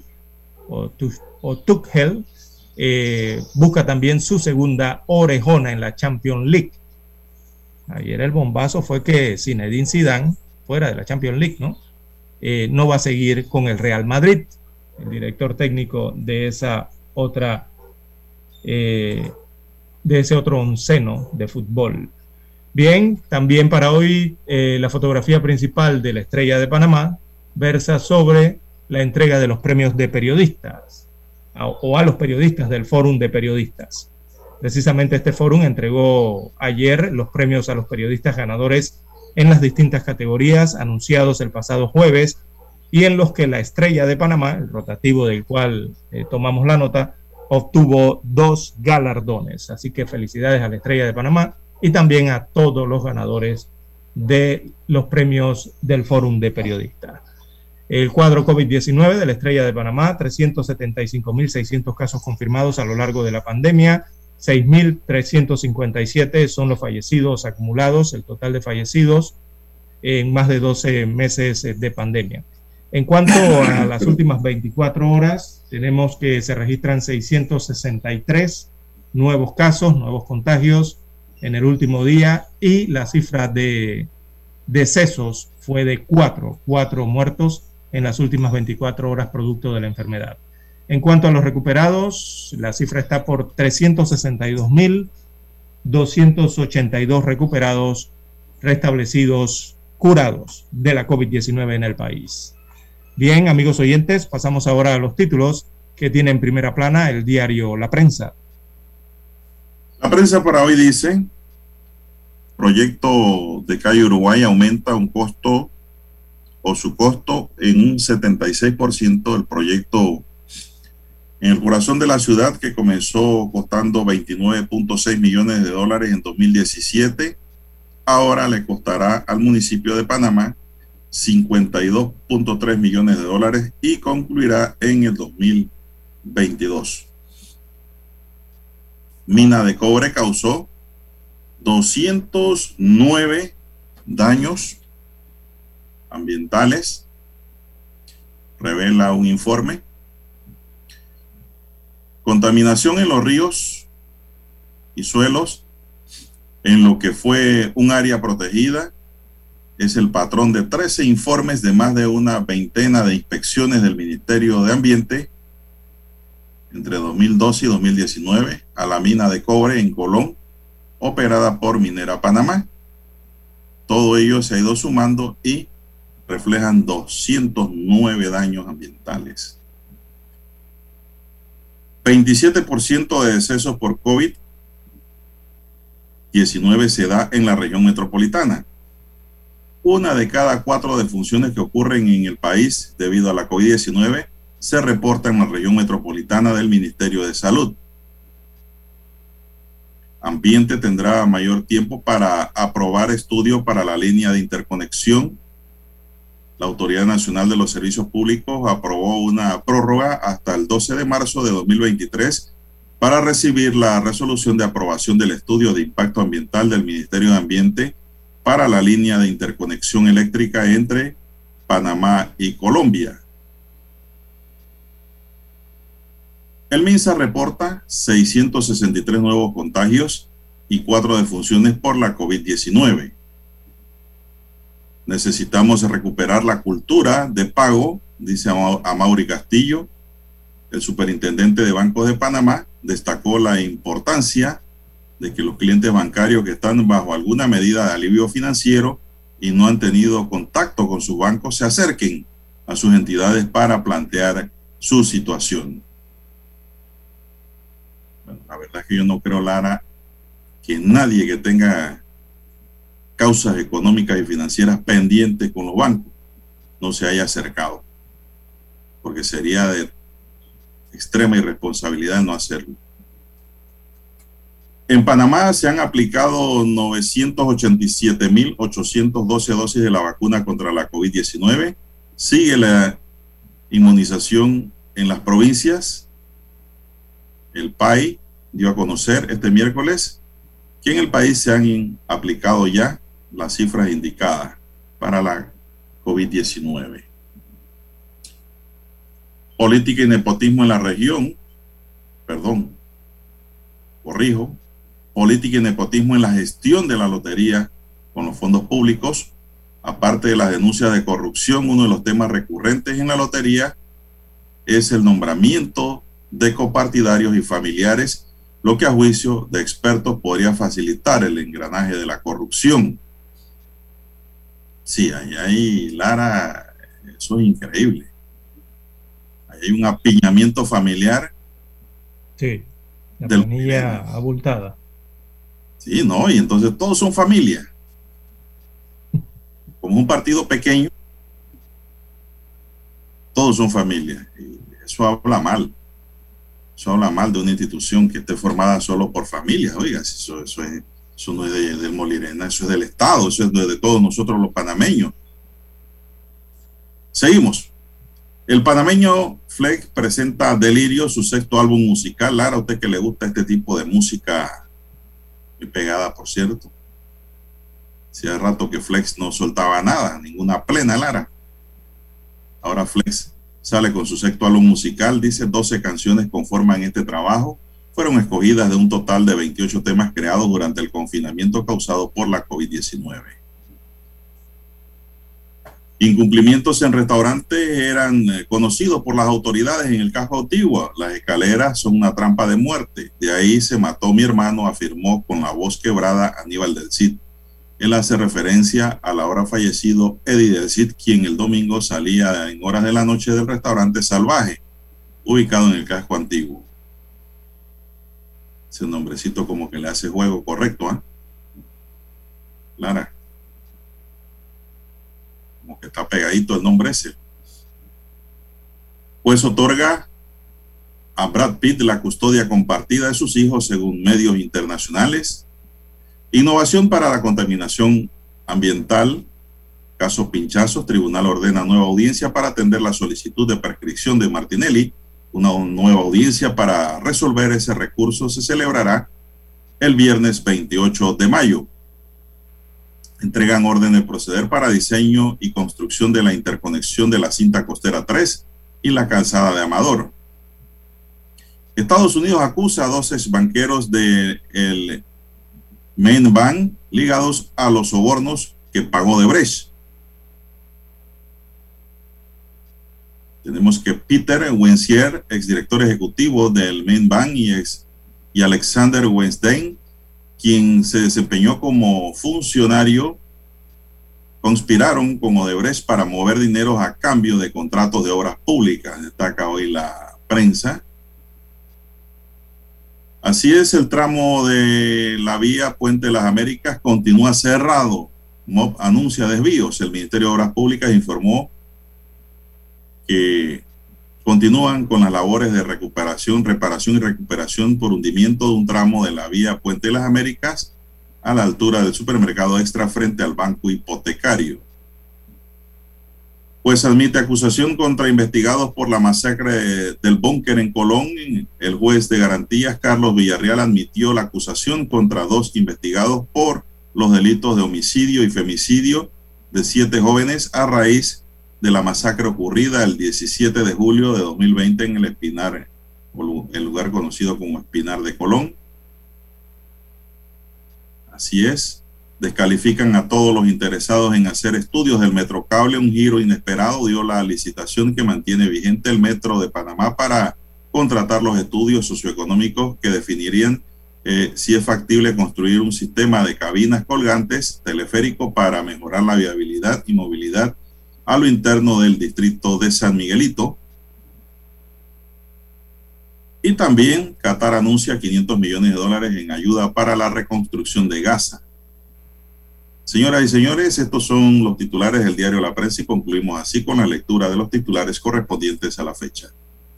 busca también su segunda orejona en la Champions League. Ayer el bombazo fue que Zinedine Zidane, fuera de la Champions League, no va a seguir con el Real Madrid, el director técnico de esa otra, de ese otro onceno de fútbol. Bien, también para hoy la fotografía principal de La Estrella de Panamá versa sobre la entrega de los premios de periodistas o a los periodistas del Fórum de Periodistas. Precisamente este fórum entregó ayer los premios a los periodistas ganadores en las distintas categorías anunciados el pasado jueves y en los que La Estrella de Panamá, el rotativo del cual tomamos la nota, obtuvo 2 galardones. Así que felicidades a La Estrella de Panamá y también a todos los ganadores de los premios del Fórum de Periodistas. El cuadro COVID-19 de La Estrella de Panamá: 375.600 casos confirmados a lo largo de la pandemia, 6.357 son los fallecidos acumulados, el total de fallecidos en más de 12 meses de pandemia. En cuanto a las últimas 24 horas, tenemos que se registran 663 nuevos casos, nuevos contagios en el último día, y la cifra de decesos fue de 4 muertos en las últimas 24 horas producto de la enfermedad. En cuanto a los recuperados, la cifra está por 362.282 recuperados, restablecidos, curados de la COVID-19 en el país. Bien, amigos oyentes, pasamos ahora a los títulos que tiene en primera plana el diario La Prensa. La prensa para hoy dice: proyecto de calle Uruguay aumenta un costo o su costo en un 76%. El proyecto en el corazón de la ciudad, que comenzó costando $29.6 millones en 2017, ahora le costará al municipio de Panamá $52.3 millones y concluirá en el 2022. Mina de cobre causó 209 daños ambientales, revela un informe. Contaminación en los ríos y suelos en lo que fue un área protegida es el patrón de 13 informes de más de una veintena de inspecciones del Ministerio de Ambiente entre 2012 y 2019 a la mina de cobre en Colón, operada por Minera Panamá. Todo ello se ha ido sumando y reflejan 209 daños ambientales. 27% de decesos por COVID-19 se da en la región metropolitana. 1 de cada 4 defunciones que ocurren en el país debido a la COVID-19 se reporta en la región metropolitana del Ministerio de Salud. Ambiente tendrá mayor tiempo para aprobar estudio para la línea de interconexión. La Autoridad Nacional de los Servicios Públicos aprobó una prórroga hasta el 12 de marzo de 2023 para recibir la resolución de aprobación del estudio de impacto ambiental del Ministerio de Ambiente para la línea de interconexión eléctrica entre Panamá y Colombia. El MINSA reporta 663 nuevos contagios y 4 defunciones por la COVID-19. Necesitamos recuperar la cultura de pago, dice Amaury Castillo. El superintendente de Bancos de Panamá destacó la importancia de que los clientes bancarios que están bajo alguna medida de alivio financiero y no han tenido contacto con sus bancos se acerquen a sus entidades para plantear su situación. Bueno, la verdad es que yo no creo, Lara, que nadie que tenga causas económicas y financieras pendientes con los bancos no se haya acercado, porque sería de extrema irresponsabilidad no hacerlo. En Panamá se han aplicado 987.812 dosis de la vacuna contra la COVID-19. Sigue la inmunización en las provincias. El PAI dio a conocer este miércoles que en el país se han aplicado ya las cifras indicadas para la COVID-19. Política y nepotismo en la región, política y nepotismo en la gestión de la lotería con los fondos públicos. Aparte de las denuncias de corrupción, uno de los temas recurrentes en la lotería es el nombramiento de copartidarios y familiares, lo que a juicio de expertos podría facilitar el engranaje de la corrupción. Sí, ahí, Lara, eso es increíble. Ahí hay un apiñamiento familiar. Sí, la planilla abultada. Sí, no, y entonces todos son familia. Como un partido pequeño, todos son familia. Y eso habla mal. Eso habla mal de una institución que esté formada solo por familias. Oiga, eso no es del Molirena, eso es del Estado, eso es de todos nosotros los panameños. Seguimos. El panameño Flex presenta Delirio, su 6º álbum musical. Lara, a usted que le gusta este tipo de música, muy pegada, por cierto. Hacía rato que Flex no soltaba nada, ninguna plena, Lara. Ahora Flex sale con su sexto álbum musical. Dice 12 canciones conforman este trabajo. Fueron escogidas de un total de 28 temas creados durante el confinamiento causado por la COVID-19. Incumplimientos en restaurantes eran conocidos por las autoridades en el Cajo Antigua. Las escaleras son una trampa de muerte. De ahí se mató mi hermano, afirmó con la voz quebrada Aníbal del Cid. Él hace referencia al ahora fallecido Eddie del Cid, quien el domingo salía en horas de la noche del restaurante Salvaje, ubicado en el Casco Antiguo. Ese nombrecito como que le hace juego, correcto, ¿eh? Lara. Como que está pegadito el nombre ese. Pues otorga a Brad Pitt la custodia compartida de sus hijos según medios internacionales. Innovación para la contaminación ambiental. Caso Pinchazos. Tribunal ordena nueva audiencia para atender la solicitud de prescripción de Martinelli. Una nueva audiencia para resolver ese recurso se celebrará el viernes 28 de mayo. Entregan orden de proceder para diseño y construcción de la interconexión de la cinta costera 3 y la calzada de Amador. Estados Unidos acusa a 12 banqueros del Main Bank ligados a los sobornos que pagó Odebrecht. Tenemos que Peter Wensier, exdirector ejecutivo del Main Bank, y Alexander Weinstein, quien se desempeñó como funcionario, conspiraron con Odebrecht para mover dinero a cambio de contratos de obras públicas, destaca hoy la prensa. Así es, el tramo de la vía Puente de las Américas continúa cerrado. MOB anuncia desvíos. El Ministerio de Obras Públicas informó que continúan con las labores de reparación y recuperación por hundimiento de un tramo de la vía Puente de las Américas a la altura del supermercado Extra frente al banco hipotecario. Pues admite acusación contra investigados por la masacre del búnker en Colón. El juez de garantías Carlos Villarreal admitió la acusación contra 2 investigados por los delitos de homicidio y femicidio de 7 jóvenes a raíz de la masacre ocurrida el 17 de julio de 2020 en el Espinar, el lugar conocido como Espinar de Colón. Así es, descalifican a todos los interesados en hacer estudios del Metrocable. Un giro inesperado dio la licitación que mantiene vigente el Metro de Panamá para contratar los estudios socioeconómicos que definirían si es factible construir un sistema de cabinas colgantes teleférico para mejorar la viabilidad y movilidad a lo interno del distrito de San Miguelito. Y también Qatar anuncia $500 millones en ayuda para la reconstrucción de Gaza. Señoras y señores, estos son los titulares del diario La Prensa y concluimos así con la lectura de los titulares correspondientes a la fecha.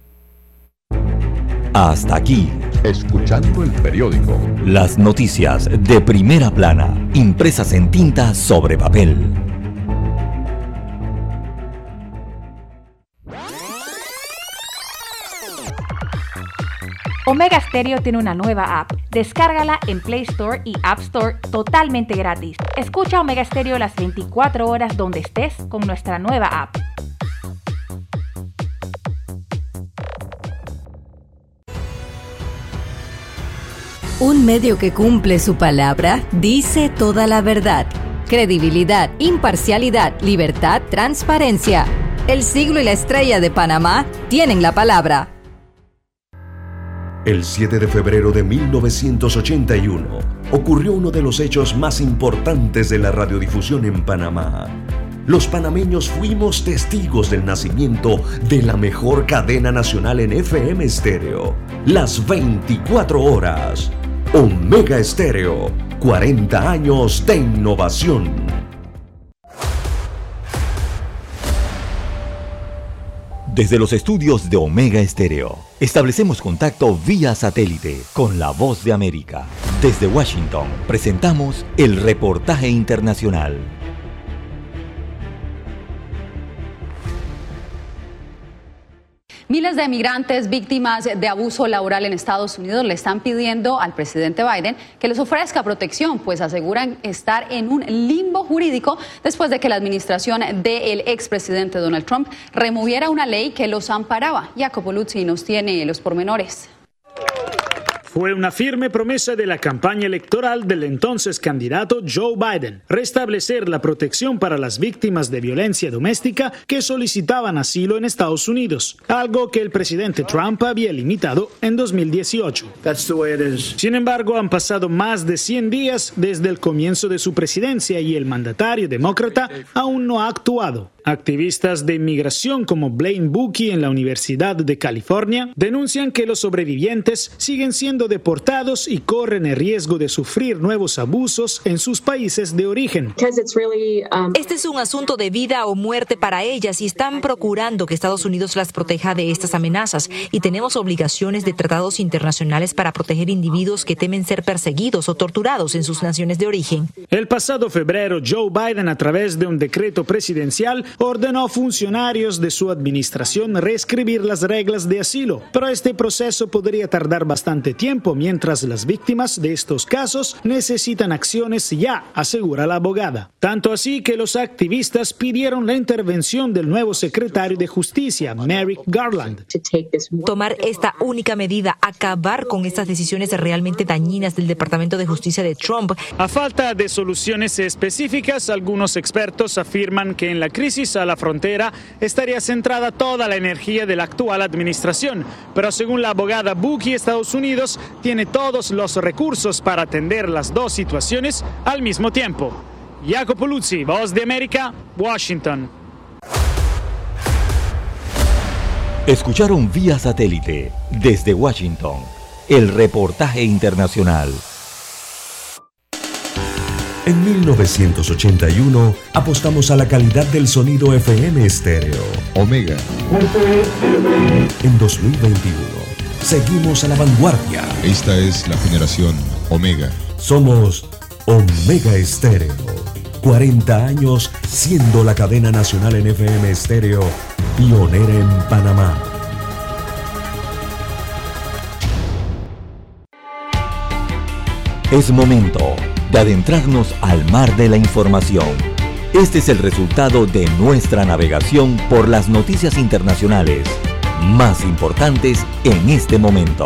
Hasta aquí, Escuchando el periódico. las noticias de primera plana, impresas en tinta sobre papel. Omega Stereo tiene una nueva app. Descárgala en Play Store y App Store totalmente gratis. Escucha Omega Stereo las 24 horas donde estés con nuestra nueva app. Un medio que cumple su palabra dice toda la verdad. Credibilidad, imparcialidad, libertad, transparencia. El Siglo y la Estrella de Panamá tienen la palabra. El 7 de febrero de 1981 ocurrió uno de los hechos más importantes de la radiodifusión en Panamá. Los panameños fuimos testigos del nacimiento de la mejor cadena nacional en FM estéreo, las 24 horas. Omega Estéreo, 40 años de innovación. Desde los estudios de Omega Estéreo, establecemos contacto vía satélite con la Voz de América. Desde Washington, presentamos el reportaje internacional. Miles de migrantes víctimas de abuso laboral en Estados Unidos le están pidiendo al presidente Biden que les ofrezca protección, pues aseguran estar en un limbo jurídico después de que la administración del expresidente Donald Trump removiera una ley que los amparaba. Jacopo Luzzi nos tiene los pormenores. Fue una firme promesa de la campaña electoral del entonces candidato Joe Biden, restablecer la protección para las víctimas de violencia doméstica que solicitaban asilo en Estados Unidos, algo que el presidente Trump había limitado en 2018. Sin embargo, han pasado más de 100 días desde el comienzo de su presidencia y el mandatario demócrata aún no ha actuado. Activistas de inmigración como Blaine Buckley en la Universidad de California denuncian que los sobrevivientes siguen siendo deportados y corren el riesgo de sufrir nuevos abusos en sus países de origen. Este es un asunto de vida o muerte para ellas y están procurando que Estados Unidos las proteja de estas amenazas, y tenemos obligaciones de tratados internacionales para proteger individuos que temen ser perseguidos o torturados en sus naciones de origen. El pasado febrero, Joe Biden, a través de un decreto presidencial, ordenó a funcionarios de su administración reescribir las reglas de asilo, pero este proceso podría tardar bastante tiempo mientras las víctimas de estos casos necesitan acciones ya, asegura la abogada. Tanto así que los activistas pidieron la intervención del nuevo secretario de Justicia, Merrick Garland. Tomar esta única medida, acabar con estas decisiones realmente dañinas del Departamento de Justicia de Trump. A falta de soluciones específicas, algunos expertos afirman que en la crisis a la frontera estaría centrada toda la energía de la actual administración, pero según la abogada Buckley, Estados Unidos tiene todos los recursos para atender las dos situaciones al mismo tiempo. Jacopo Luzzi, Voz de América, Washington. Escucharon vía satélite desde Washington el reportaje internacional. En 1981 apostamos a la calidad del sonido FM estéreo. Omega. En 2021 seguimos a la vanguardia. Esta es la generación Omega. Somos Omega Estéreo. 40 años siendo la cadena nacional en FM estéreo, pionera en Panamá. Es momento de adentrarnos al mar de la información. Este es el resultado de nuestra navegación por las noticias internacionales más importantes en este momento.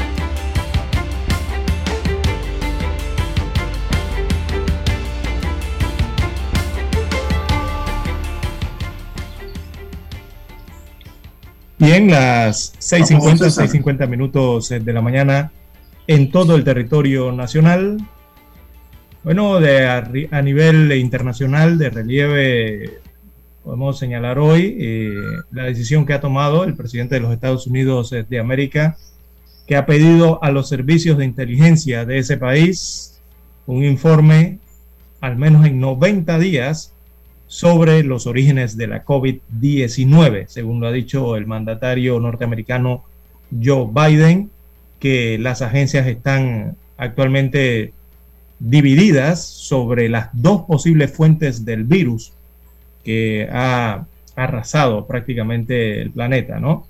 Bien, las 6:50 minutos de la mañana en todo el territorio nacional. Bueno, a nivel internacional de relieve, podemos señalar hoy la decisión que ha tomado el presidente de los Estados Unidos de América, que ha pedido a los servicios de inteligencia de ese país un informe, al menos en 90 días, sobre los orígenes de la COVID-19, según lo ha dicho el mandatario norteamericano Joe Biden, que las agencias están actualmente divididas sobre las dos posibles fuentes del virus que ha arrasado prácticamente el planeta, ¿no?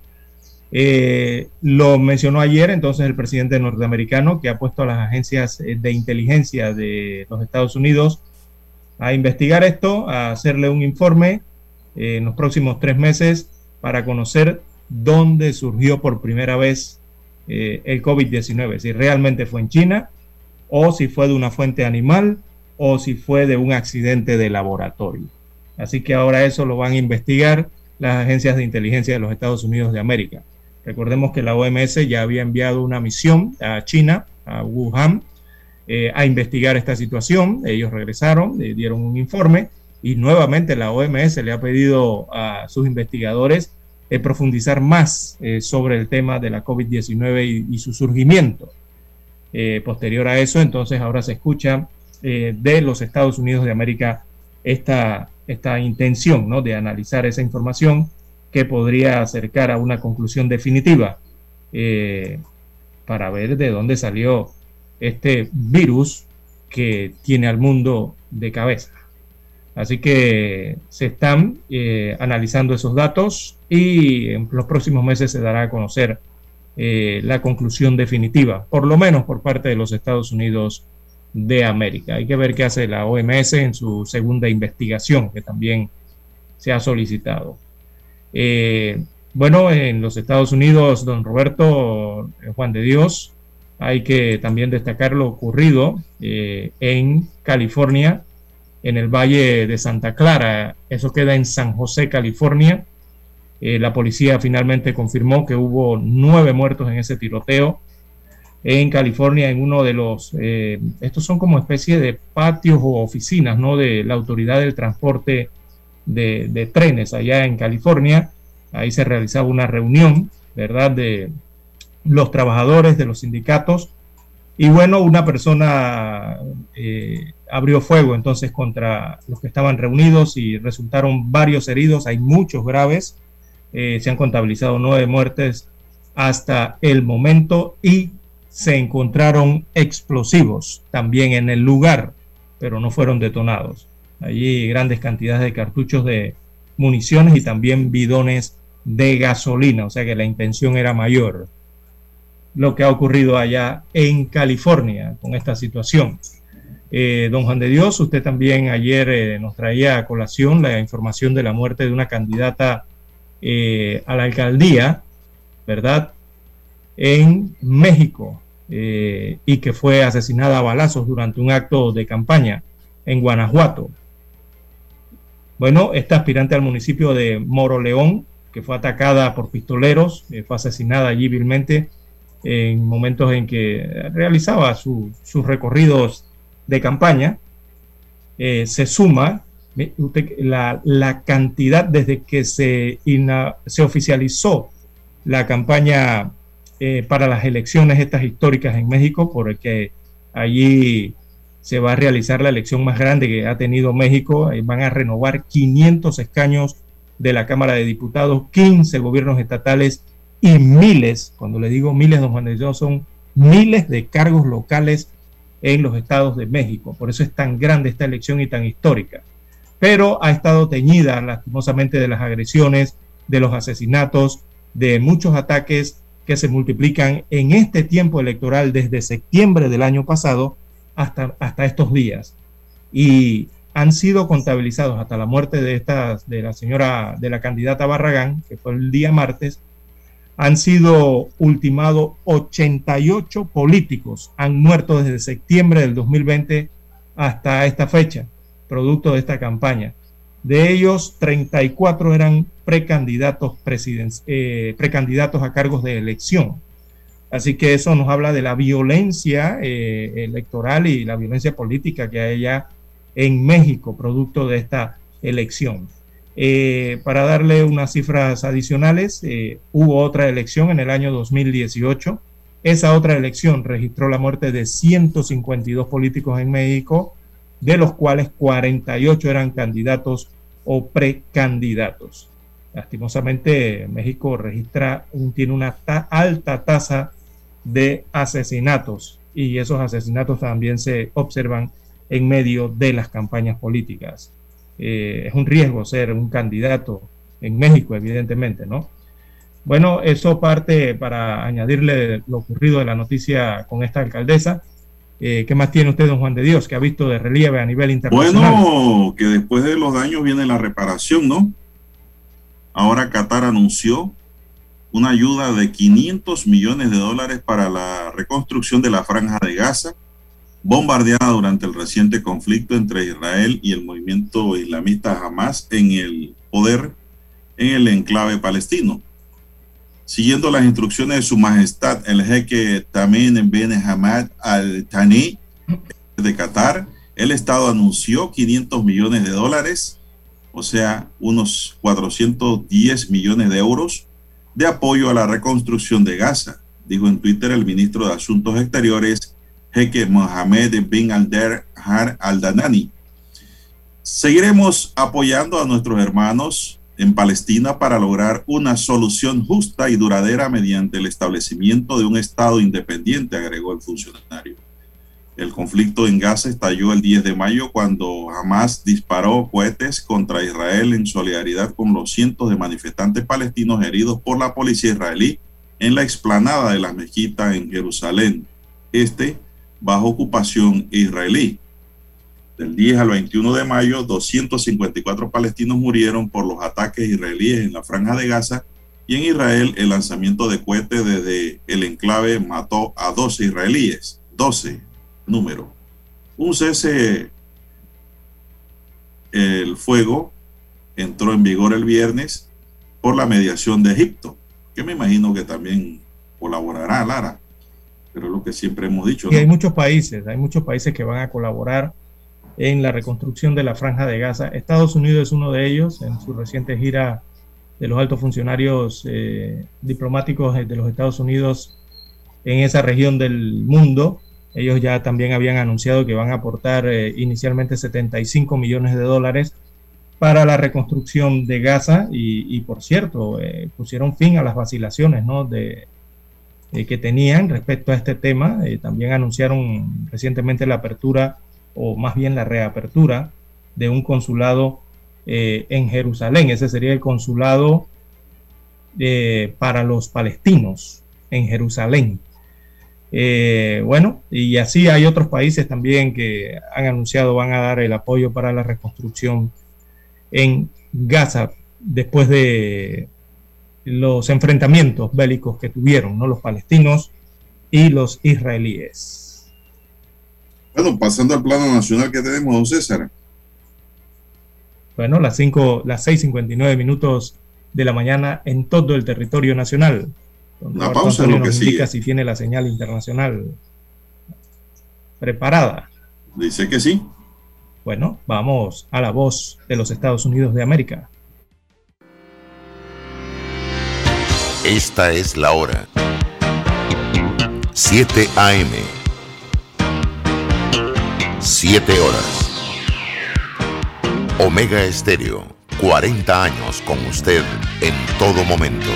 Lo mencionó ayer entonces el presidente norteamericano, que ha puesto a las agencias de inteligencia de los Estados Unidos a investigar esto, a hacerle un informe en los próximos 3 meses para conocer dónde surgió por primera vez el COVID-19, si realmente fue en China, o si fue de una fuente animal, o si fue de un accidente de laboratorio. Así que ahora eso lo van a investigar las agencias de inteligencia de los Estados Unidos de América. Recordemos que la OMS ya había enviado una misión a China, a Wuhan, a investigar esta situación. Ellos regresaron, dieron un informe, y nuevamente la OMS le ha pedido a sus investigadores profundizar más sobre el tema de la COVID-19 y su surgimiento. Posterior a eso, entonces ahora se escucha de los Estados Unidos de América esta intención, ¿no?, de analizar esa información que podría acercar a una conclusión definitiva para ver de dónde salió este virus que tiene al mundo de cabeza. Así que se están analizando esos datos y en los próximos meses se dará a conocer la conclusión definitiva, por lo menos por parte de los Estados Unidos de América. Hay que ver qué hace la OMS en su segunda investigación, que también se ha solicitado. Bueno, en los Estados Unidos, don Roberto, Juan de Dios, hay que también destacar lo ocurrido en California, en el Valle de Santa Clara. Eso queda en San José, California. La policía finalmente confirmó que hubo 9 muertos en ese tiroteo en California, en uno de los, estos son como especie de patios o oficinas, ¿no?, de la Autoridad del Transporte de Trenes allá en California. Ahí se realizaba una reunión, ¿verdad?, de los trabajadores, de los sindicatos, y bueno, una persona abrió fuego entonces contra los que estaban reunidos y resultaron varios heridos, hay muchos graves. Se han contabilizado 9 muertes hasta el momento y se encontraron explosivos también en el lugar, pero no fueron detonados. Allí grandes cantidades de cartuchos de municiones y también bidones de gasolina, o sea que la intención era mayor. Lo que ha ocurrido allá en California con esta situación. Don Juan de Dios, usted también ayer nos traía a colación la información de la muerte de una candidata a la alcaldía, ¿verdad?, en México, y que fue asesinada a balazos durante un acto de campaña en Guanajuato. Bueno, esta aspirante al municipio de Moroleón, que fue atacada por pistoleros, fue asesinada allí vilmente en momentos en que realizaba sus recorridos de campaña. Se suma la cantidad desde que se oficializó la campaña para las elecciones estas históricas en México, porque allí se va a realizar la elección más grande que ha tenido México. Van a renovar 500 escaños de la Cámara de Diputados, 15 gobiernos estatales y miles, cuando le digo miles, don Juan de Dios, son miles de cargos locales en los estados de México. Por eso es tan grande esta elección y tan histórica. Pero ha estado teñida lastimosamente de las agresiones, de los asesinatos, de muchos ataques que se multiplican en este tiempo electoral desde septiembre del año pasado hasta estos días. Y han sido contabilizados hasta la muerte de la señora, de la candidata Barragán, que fue el día martes. Han sido ultimados 88 políticos, han muerto desde septiembre del 2020 hasta esta fecha, producto de esta campaña. De ellos, 34 eran precandidatos a cargos de elección. Así que eso nos habla de la violencia electoral y la violencia política que hay allá en México, producto de esta elección. Para darle unas cifras adicionales, hubo otra elección en el año 2018. Esa otra elección registró la muerte de 152 políticos en México, de los cuales 48 eran candidatos o precandidatos. Lastimosamente, México tiene una alta tasa de asesinatos, y esos asesinatos también se observan en medio de las campañas políticas. Es un riesgo ser un candidato en México, evidentemente, ¿no? Bueno, eso parte para añadirle lo ocurrido de la noticia con esta alcaldesa. ¿Qué más tiene usted, don Juan de Dios, que ha visto de relieve a nivel internacional? Bueno, que después de los daños viene la reparación, ¿no? Ahora Qatar anunció una ayuda de $500 millones para la reconstrucción de la Franja de Gaza, bombardeada durante el reciente conflicto entre Israel y el movimiento islamista Hamas en el poder en el enclave palestino. Siguiendo las instrucciones de su majestad el jeque Tamim bin Hamad Al Thani de Qatar, el Estado anunció $500 millones, o sea, unos 410 millones de euros de apoyo a la reconstrucción de Gaza, dijo en Twitter el ministro de Asuntos Exteriores, jeque Mohammed bin Abdel Al Danani. Seguiremos apoyando a nuestros hermanos en Palestina para lograr una solución justa y duradera mediante el establecimiento de un Estado independiente, agregó el funcionario. El conflicto en Gaza estalló el 10 de mayo cuando Hamas disparó cohetes contra Israel en solidaridad con los cientos de manifestantes palestinos heridos por la policía israelí en la explanada de la mezquita en Jerusalén, bajo ocupación israelí. Del 10 al 21 de mayo, 254 palestinos murieron por los ataques israelíes en la Franja de Gaza, y en Israel el lanzamiento de cohetes desde el enclave mató a 12 israelíes. 12, número. Un cese el fuego entró en vigor el viernes por la mediación de Egipto, que me imagino que también colaborará, Lara, pero es lo que siempre hemos dicho, ¿no? Y hay muchos países que van a colaborar en la reconstrucción de la Franja de Gaza. Estados Unidos es uno de ellos. En su reciente gira de los altos funcionarios diplomáticos de los Estados Unidos en esa región del mundo, ellos ya también habían anunciado que van a aportar inicialmente $75 millones para la reconstrucción de Gaza y por cierto, pusieron fin a las vacilaciones, ¿no?, que tenían respecto a este tema. También anunciaron recientemente la apertura, o más bien la reapertura, de un consulado en Jerusalén. Ese sería el consulado para los palestinos en Jerusalén. Bueno, y así hay otros países también que han anunciado van a dar el apoyo para la reconstrucción en Gaza después de los enfrentamientos bélicos que tuvieron, ¿no?, los palestinos y los israelíes. Bueno, pasando al plano nacional, ¿qué tenemos, don César? Bueno, las 6:59 minutos de la mañana en todo el territorio nacional. Una pausa en lo que nos sigue. indica si tiene la señal internacional preparada. Dice que sí. Bueno, vamos a la voz de los Estados Unidos de América. Esta es la hora. 7 a.m. 7 horas. Omega Estéreo, 40 años con usted en todo momento.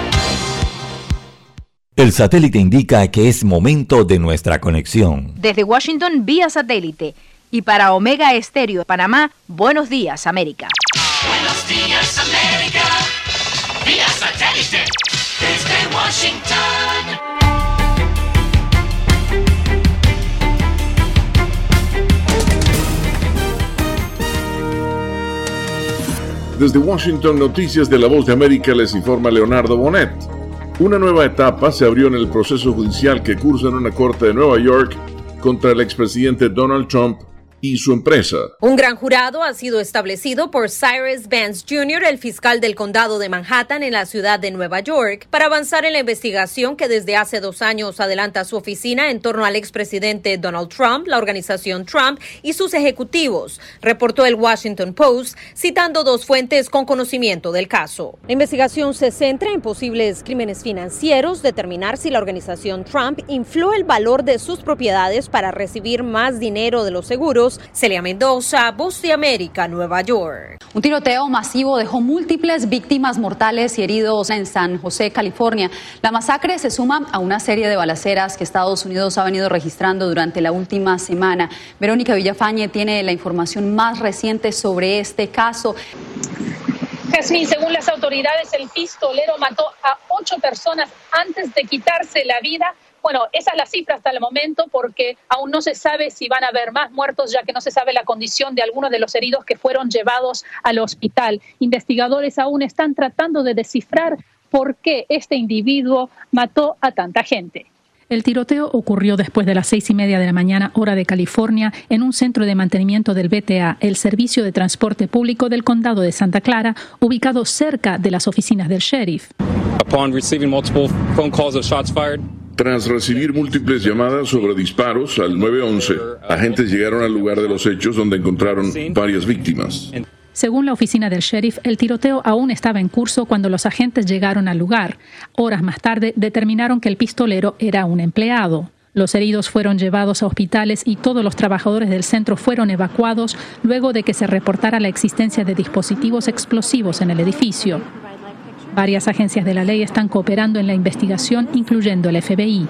El satélite indica que es momento de nuestra conexión. Desde Washington, vía satélite. Y para Omega Estéreo de Panamá, buenos días, América. Buenos días, América. Vía satélite. Desde Washington. Desde Washington, Noticias de la Voz de América, les informa Leonardo Bonet. Una nueva etapa se abrió en el proceso judicial que cursa en una corte de Nueva York contra el expresidente Donald Trump y su empresa. Un gran jurado ha sido establecido por Cyrus Vance Jr., el fiscal del condado de Manhattan en la ciudad de Nueva York, para avanzar en la investigación que desde hace 2 años adelanta su oficina en torno al expresidente Donald Trump, la organización Trump y sus ejecutivos, reportó el Washington Post, citando 2 fuentes con conocimiento del caso. La investigación se centra en posibles crímenes financieros, determinar si la organización Trump infló el valor de sus propiedades para recibir más dinero de los seguros. Celia Mendoza, Voz de América, Nueva York. Un tiroteo masivo dejó múltiples víctimas mortales y heridos en San José, California. La masacre se suma a una serie de balaceras que Estados Unidos ha venido registrando durante la última semana. Verónica Villafañe tiene la información más reciente sobre este caso. Jazmín, según las autoridades, el pistolero mató a 8 personas antes de quitarse la vida. Bueno, esa es la cifra hasta el momento porque aún no se sabe si van a haber más muertos, ya que no se sabe la condición de algunos de los heridos que fueron llevados al hospital. Investigadores aún están tratando de descifrar por qué este individuo mató a tanta gente. El tiroteo ocurrió después de las 6:30 de la mañana, hora de California, en un centro de mantenimiento del BTA, el Servicio de Transporte Público del Condado de Santa Clara, ubicado cerca de las oficinas del sheriff. Upon receiving multiple phone calls of shots fired. Tras recibir múltiples llamadas sobre disparos al 911, agentes llegaron al lugar de los hechos donde encontraron varias víctimas. Según la oficina del sheriff, el tiroteo aún estaba en curso cuando los agentes llegaron al lugar. Horas más tarde determinaron que el pistolero era un empleado. Los heridos fueron llevados a hospitales y todos los trabajadores del centro fueron evacuados luego de que se reportara la existencia de dispositivos explosivos en el edificio. Varias agencias de la ley están cooperando en la investigación, incluyendo el FBI.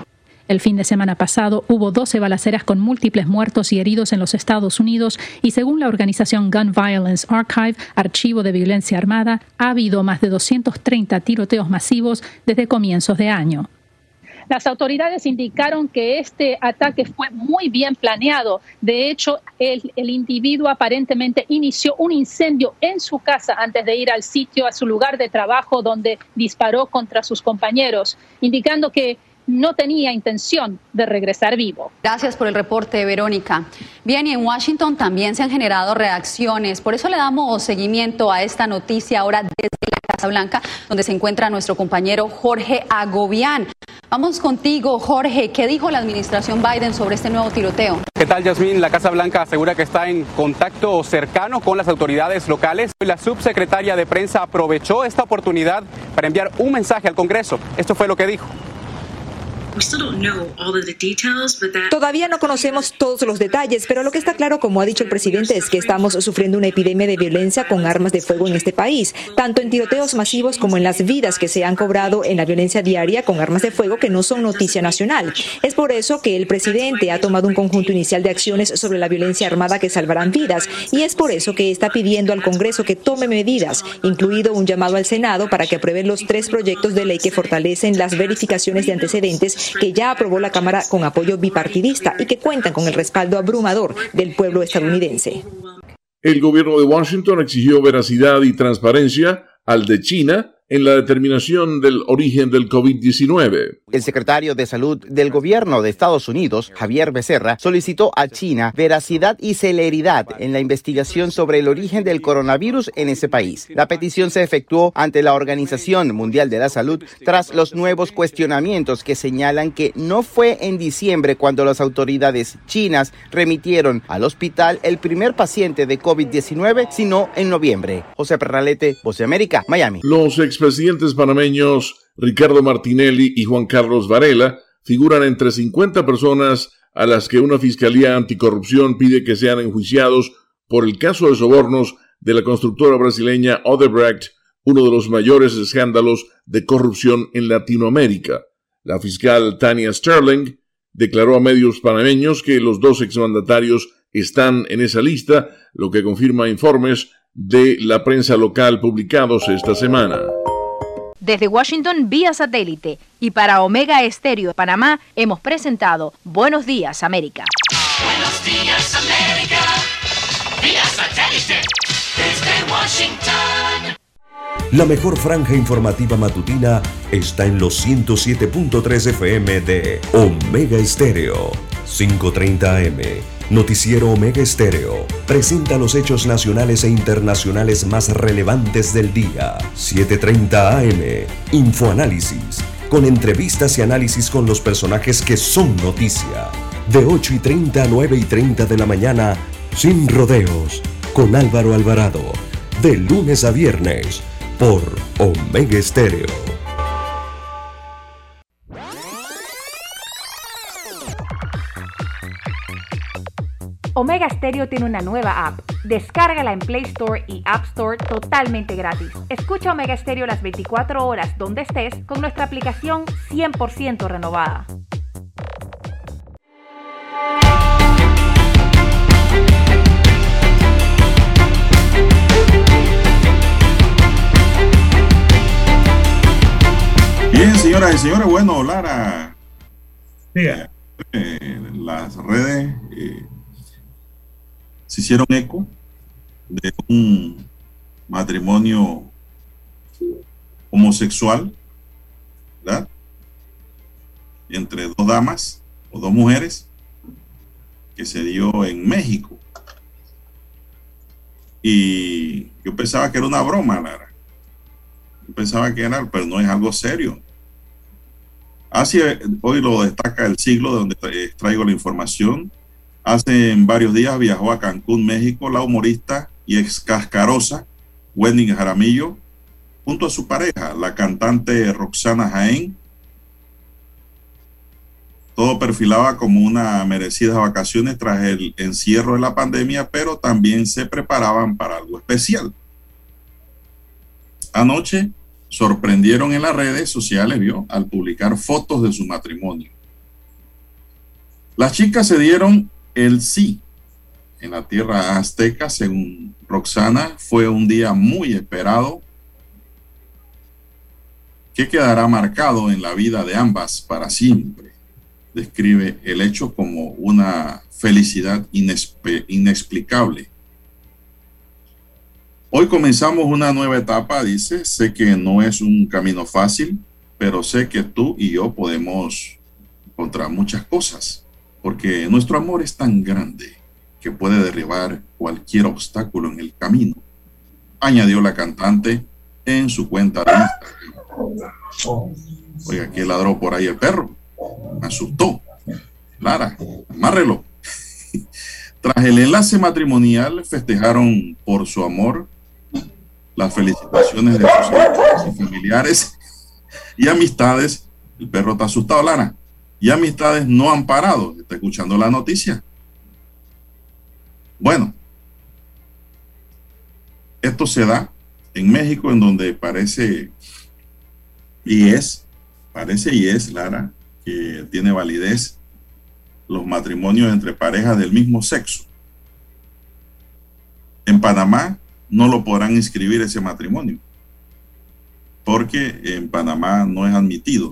El fin de semana pasado hubo 12 balaceras con múltiples muertos y heridos en los Estados Unidos y según la organización Gun Violence Archive, Archivo de Violencia Armada, ha habido más de 230 tiroteos masivos desde comienzos de año. Las autoridades indicaron que este ataque fue muy bien planeado. De hecho, el individuo aparentemente inició un incendio en su casa antes de ir al sitio, a su lugar de trabajo, donde disparó contra sus compañeros, indicando que no tenía intención de regresar vivo. Gracias por el reporte, Verónica. Bien, y en Washington también se han generado reacciones. Por eso le damos seguimiento a esta noticia ahora desde la Casa Blanca, donde se encuentra nuestro compañero Jorge Agobián. Vamos contigo, Jorge. ¿Qué dijo la administración Biden sobre este nuevo tiroteo? ¿Qué tal, Yasmín? La Casa Blanca asegura que está en contacto cercano con las autoridades locales. La subsecretaria de Prensa aprovechó esta oportunidad para enviar un mensaje al Congreso. Esto fue lo que dijo. Todavía no conocemos todos los detalles, pero lo que está claro, como ha dicho el presidente, es que estamos sufriendo una epidemia de violencia con armas de fuego en este país, tanto en tiroteos masivos como en las vidas que se han cobrado en la violencia diaria con armas de fuego que no son noticia nacional. Es por eso que el presidente ha tomado un conjunto inicial de acciones sobre la violencia armada que salvarán vidas, y es por eso que está pidiendo al Congreso que tome medidas, incluido un llamado al Senado para que apruebe los 3 proyectos de ley que fortalecen las verificaciones de antecedentes que ya aprobó la Cámara con apoyo bipartidista y que cuentan con el respaldo abrumador del pueblo estadounidense. El gobierno de Washington exigió veracidad y transparencia al de China en la determinación del origen del COVID-19. El secretario de Salud del Gobierno de Estados Unidos, Javier Becerra, solicitó a China veracidad y celeridad en la investigación sobre el origen del coronavirus en ese país. La petición se efectuó ante la Organización Mundial de la Salud tras los nuevos cuestionamientos que señalan que no fue en diciembre cuando las autoridades chinas remitieron al hospital el primer paciente de COVID-19, sino en noviembre. José Perralete, Voz de América, Miami. Los expresidentes panameños Ricardo Martinelli y Juan Carlos Varela figuran entre 50 personas a las que una fiscalía anticorrupción pide que sean enjuiciados por el caso de sobornos de la constructora brasileña Odebrecht, uno de los mayores escándalos de corrupción en Latinoamérica. La fiscal Tania Sterling declaró a medios panameños que los 2 exmandatarios están en esa lista, lo que confirma informes de la prensa local publicados esta semana. Desde Washington vía satélite y para Omega Estéreo de Panamá hemos presentado Buenos Días, América. Buenos Días, América. Vía satélite desde Washington. La mejor franja informativa matutina está en los 107.3 FM de Omega Estéreo. 5:30 AM. Noticiero Omega Estéreo presenta los hechos nacionales e internacionales más relevantes del día. 7:30 AM. Infoanálisis, con entrevistas y análisis con los personajes que son noticia. De 8:30 a 9:30 de la mañana, Sin Rodeos, con Álvaro Alvarado. De lunes a viernes, por Omega Estéreo. Omega Stereo tiene una nueva app. Descárgala en Play Store y App Store totalmente gratis. Escucha Omega Stereo las 24 horas donde estés con nuestra aplicación 100% renovada. Bien, señoras y señores, bueno, Lara, las redes se hicieron eco de un matrimonio homosexual, ¿verdad?, entre 2 damas o 2 mujeres que se dio en México. Y yo pensaba que era una broma, Lara. Yo pensaba que era, pero no, es algo serio. Así hoy lo destaca El Siglo, de donde traigo la información. Hace varios días viajó a Cancún, México, la humorista y ex cascarosa Wendy Jaramillo, junto a su pareja, la cantante Roxana Jaén. Todo perfilaba como una merecidas vacaciones tras el encierro de la pandemia, pero también se preparaban para algo especial. Anoche sorprendieron en las redes sociales, al publicar fotos de su matrimonio. Las chicas se dieron el sí en la tierra azteca. Según Roxana, fue un día muy esperado que quedará marcado en la vida de ambas para siempre. Describe el hecho como una felicidad inexplicable. Hoy comenzamos una nueva etapa, dice. Sé que no es un camino fácil, pero sé que tú y yo podemos encontrar muchas cosas, porque nuestro amor es tan grande que puede derribar cualquier obstáculo en el camino, añadió la cantante en su cuenta de Instagram. Oiga, ¿qué ladró por ahí el perro? Me asustó. Lara, amárrelo. Tras el enlace matrimonial, festejaron por su amor las felicitaciones de sus hijos y familiares y amistades. El perro está asustado, Lara. Y amistades no han parado. ¿Está escuchando la noticia? Bueno, esto se da en México, en donde parece y es, Lara, que tiene validez los matrimonios entre parejas del mismo sexo. En Panamá no lo podrán inscribir ese matrimonio, porque en Panamá no es admitido,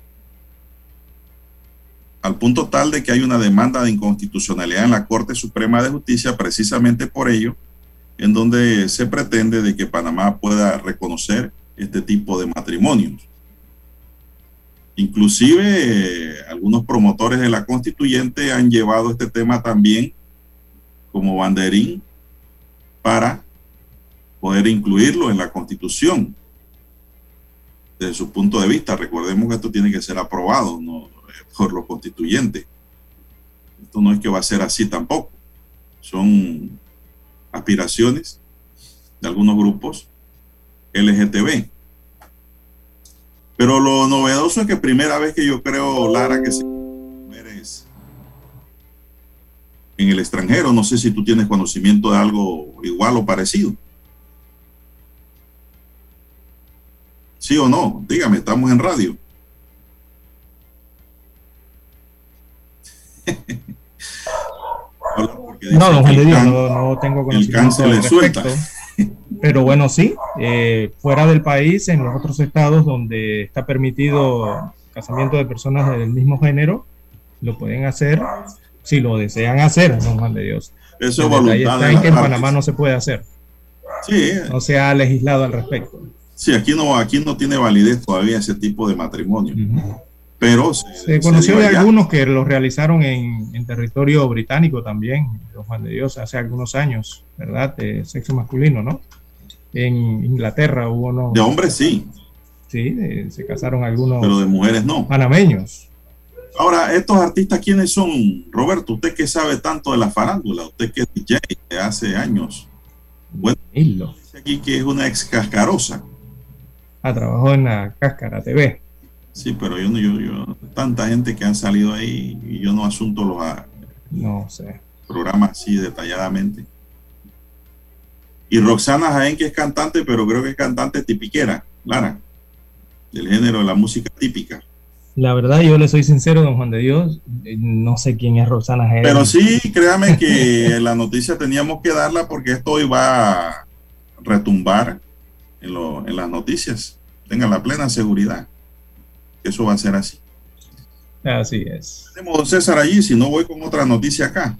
al punto tal de que hay una demanda de inconstitucionalidad en la Corte Suprema de Justicia precisamente por ello, en donde se pretende de que Panamá pueda reconocer este tipo de matrimonios. Inclusive algunos promotores de la constituyente han llevado este tema también como banderín para poder incluirlo en la Constitución. Desde su punto de vista, recordemos que esto tiene que ser aprobado, ¿no?, por los constituyentes. Esto no es que va a ser así tampoco. Son aspiraciones de algunos grupos LGTB. Pero lo novedoso es que primera vez que yo creo, Lara, que se mujeres en el extranjero. No sé si tú tienes conocimiento de algo igual o parecido. ¿Sí o no? Dígame, estamos en radio. No, don Juan de Dios, no tengo conocimiento. El cáncer le suelta. Pero bueno, sí, fuera del país, en los otros estados donde está permitido casamiento de personas del mismo género, lo pueden hacer si lo desean hacer, don Juan de Dios. Eso es voluntad. Está en que en Panamá no se puede hacer. Sí. No se ha legislado al respecto. Sí, aquí no tiene validez todavía ese tipo de matrimonio. Pero se conoció de algunos que lo realizaron en territorio británico también, don Juan de Dios, hace algunos años, ¿verdad? De sexo masculino, ¿no? En Inglaterra hubo unos... De hombres sí. Sí, se casaron algunos... Pero de mujeres no. Panameños. Ahora, ¿estos artistas quiénes son? Roberto, usted que sabe tanto de la farándula, usted que es DJ de hace años. Bueno, dice aquí que es una ex cascarosa. Trabajó en la Cáscara TV. Sí, pero yo tanta gente que han salido ahí y yo no asunto los no sé, programas así detalladamente. Y Roxana Jaén, que es cantante, pero creo que es cantante tipiquera, Lara, del género de la música típica. La verdad, yo le soy sincero, don Juan de Dios, no sé quién es Roxana Jaén. Pero sí, créame que la noticia teníamos que darla porque esto hoy va a retumbar en las noticias. Tengan la plena seguridad. Eso va a ser así. Así es. Tenemos a César allí, si no voy con otra noticia acá.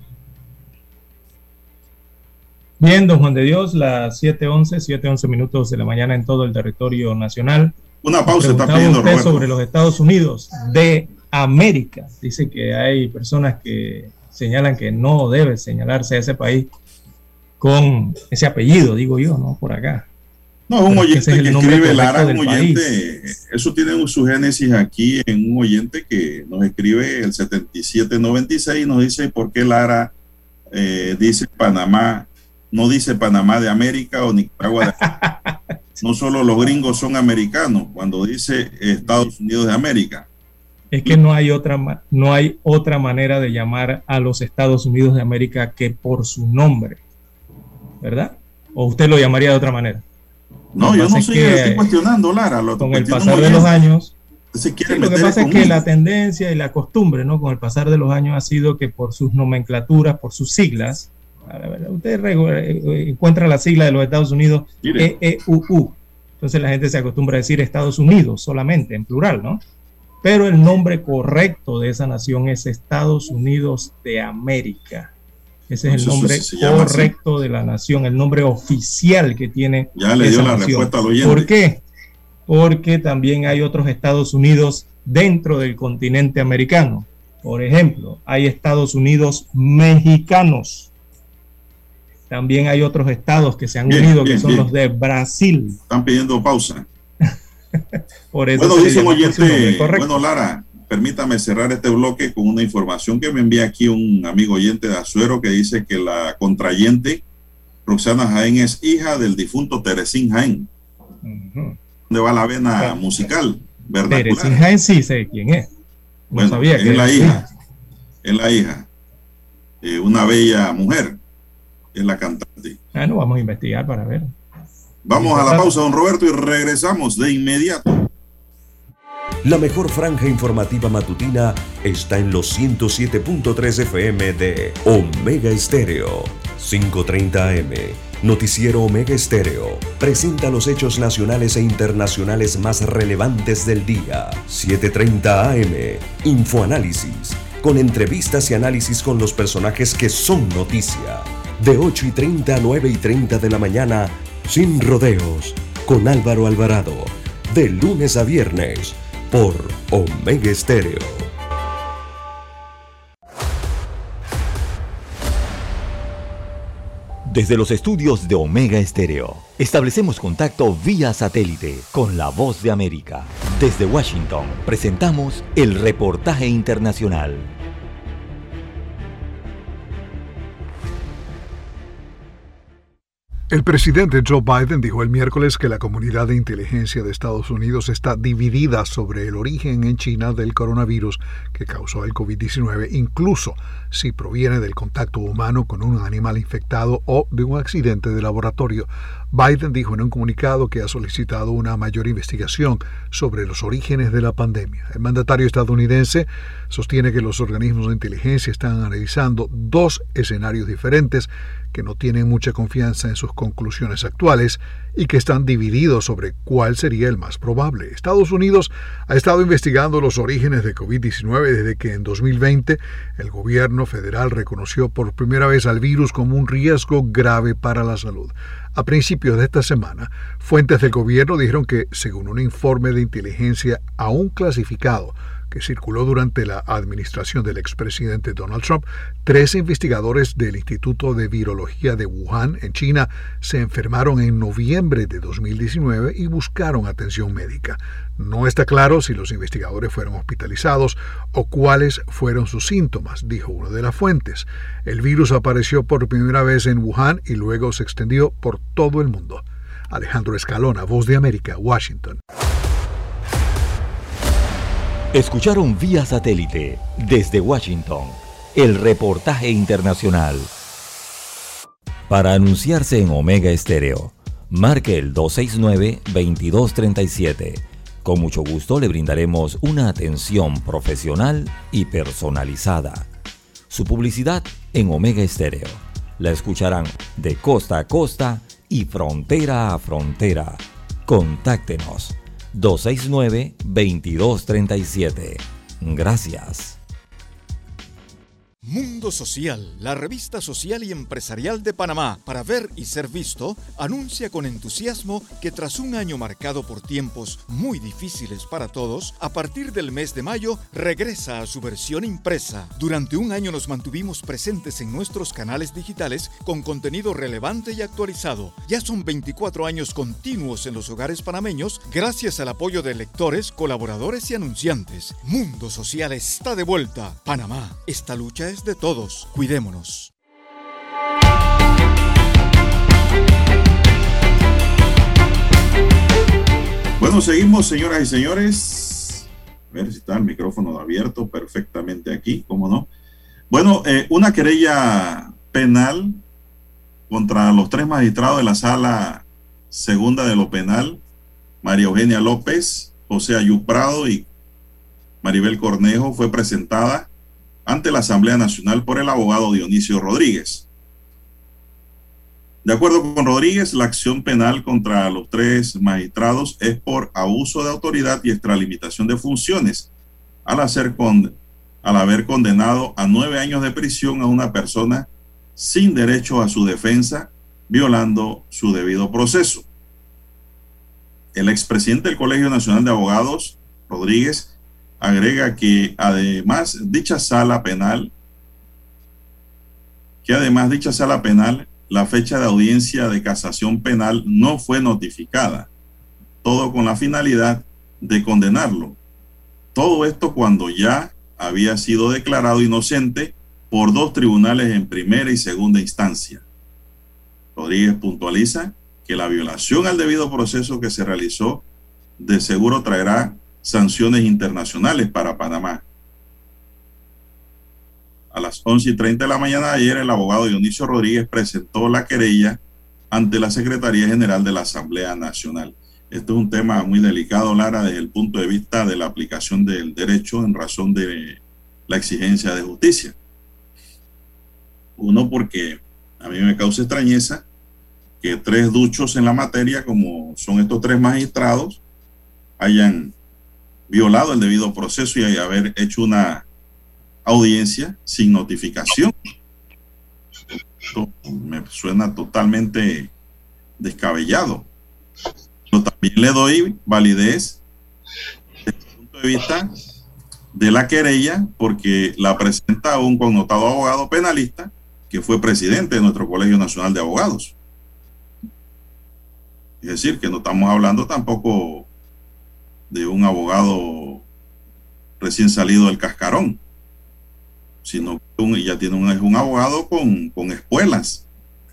Bien, don Juan de Dios, las 7:11 minutos de la mañana en todo el territorio nacional. Una pausa está pidiendo usted Roberto. sobre los Estados Unidos de América. Dice que hay personas que señalan que no debe señalarse a ese país con ese apellido, digo yo, ¿no? Por acá. No, es un oyente que escribe, Lara, un oyente, país. eso tiene su génesis aquí en un oyente que nos escribe el 7796 y nos dice por qué Lara dice Panamá, no dice Panamá de América o Nicaragua de América. No solo los gringos son americanos cuando dice Estados Unidos de América. Es que no hay otra manera de llamar a los Estados Unidos de América que por su nombre, ¿verdad? ¿O usted lo llamaría de otra manera? No, yo no sé, estoy cuestionando, Lara. Con el pasar de los años, Lo que pasa es que la tendencia y la costumbre, ¿no? Con el pasar de los años ha sido que por sus nomenclaturas, por sus siglas, usted encuentra la sigla de los Estados Unidos EEUU. Entonces la gente se acostumbra a decir Estados Unidos solamente, en plural, ¿no? Pero el nombre correcto de esa nación es Estados Unidos de América. Ese es el nombre correcto de la nación, el nombre oficial que tiene. Ya le dio la respuesta al oyente. ¿Por qué? Porque también hay otros Estados Unidos dentro del continente americano. Por ejemplo, hay Estados Unidos mexicanos. También hay otros estados que se han unido, que son los de Brasil. Están pidiendo pausa. Por eso bueno, dice un oyente, bueno, Lara, permítame cerrar este bloque con una información que me envía aquí un amigo oyente de Azuero que dice que la contrayente Roxana Jaén es hija del difunto Teresín Jaén. ¿Dónde va la vena musical? Teresín Jaén sí sé quién es. No bueno, sabía que es la hija. Es la hija. Una bella mujer. Es la cantante. No, vamos a investigar para ver. Vamos a la pausa, don Roberto, y regresamos de inmediato. La mejor franja informativa matutina está en los 107.3 FM de Omega Estéreo. 5:30 AM. Noticiero Omega Estéreo presenta los hechos nacionales e internacionales más relevantes del día. 7:30 AM. Infoanálisis, con entrevistas y análisis con los personajes que son noticia. De 8:30 a 9:30 de la mañana, Sin Rodeos, con Álvaro Alvarado. De lunes a viernes, por Omega Estéreo. Desde los estudios de Omega Estéreo, establecemos contacto vía satélite con la Voz de América. Desde Washington, presentamos el reportaje internacional. El presidente Joe Biden dijo el miércoles que la comunidad de inteligencia de Estados Unidos está dividida sobre el origen en China del coronavirus que causó el COVID-19, incluso si proviene del contacto humano con un animal infectado o de un accidente de laboratorio. Biden dijo en un comunicado que ha solicitado una mayor investigación sobre los orígenes de la pandemia. El mandatario estadounidense sostiene que los organismos de inteligencia están analizando dos escenarios diferentes que no tienen mucha confianza en sus conclusiones actuales y que están divididos sobre cuál sería el más probable. Estados Unidos ha estado investigando los orígenes de COVID-19 desde que en 2020 el gobierno federal reconoció por primera vez al virus como un riesgo grave para la salud. A principios de esta semana, fuentes del gobierno dijeron que, según un informe de inteligencia aún clasificado que circuló durante la administración del expresidente Donald Trump, 3 investigadores del Instituto de Virología de Wuhan, en China, se enfermaron en noviembre de 2019 y buscaron atención médica. No está claro si los investigadores fueron hospitalizados o cuáles fueron sus síntomas, dijo una de las fuentes. El virus apareció por primera vez en Wuhan y luego se extendió por todo el mundo. Alejandro Escalona, Voz de América, Washington. Escucharon vía satélite desde Washington el reportaje internacional. Para anunciarse en Omega Estéreo, marque el 269-2237. Con mucho gusto le brindaremos una atención profesional y personalizada. Su publicidad en Omega Estéreo la escucharán de costa a costa y frontera a frontera. Contáctenos 269-2237. Gracias. Mundo Social, la revista social y empresarial de Panamá, para ver y ser visto, anuncia con entusiasmo que tras un año marcado por tiempos muy difíciles para todos, a partir del mes de mayo regresa a su versión impresa. Durante un año nos mantuvimos presentes en nuestros canales digitales con contenido relevante y actualizado. Ya son 24 años continuos en los hogares panameños gracias al apoyo de lectores, colaboradores y anunciantes. Mundo Social está de vuelta. Panamá, esta lucha es de todos. Cuidémonos. Bueno, seguimos, señoras y señores. A ver si está el micrófono abierto perfectamente aquí, ¿cómo no? Bueno, una querella penal contra los 3 magistrados de la Sala Segunda de lo Penal, María Eugenia López, José Ayú Prado y Maribel Cornejo, fue presentada ante la Asamblea Nacional por el abogado Dionisio Rodríguez. De acuerdo con Rodríguez, la acción penal contra los 3 magistrados es por abuso de autoridad y extralimitación de funciones, al haber condenado a 9 años de prisión a una persona sin derecho a su defensa, violando su debido proceso. El expresidente del Colegio Nacional de Abogados, Rodríguez, agrega que además dicha sala penal, la fecha de audiencia de casación penal no fue notificada, todo con la finalidad de condenarlo. Todo esto cuando ya había sido declarado inocente por 2 tribunales en primera y segunda instancia. Rodríguez puntualiza que la violación al debido proceso que se realizó de seguro traerá sanciones internacionales para Panamá. A las 11:30 de la mañana de ayer, el abogado Dionisio Rodríguez presentó la querella ante la Secretaría General de la Asamblea Nacional. Esto es un tema muy delicado, Lara, desde el punto de vista de la aplicación del derecho en razón de la exigencia de justicia. Uno, porque a mí me causa extrañeza que 3 duchos en la materia, como son estos 3 magistrados, hayan violado el debido proceso y haber hecho una audiencia sin notificación. Esto me suena totalmente descabellado. Pero también le doy validez desde el punto de vista de la querella, porque la presenta un connotado abogado penalista que fue presidente de nuestro Colegio Nacional de Abogados. Es decir, que no estamos hablando tampoco de un abogado recién salido del cascarón, sino que ya es un abogado con espuelas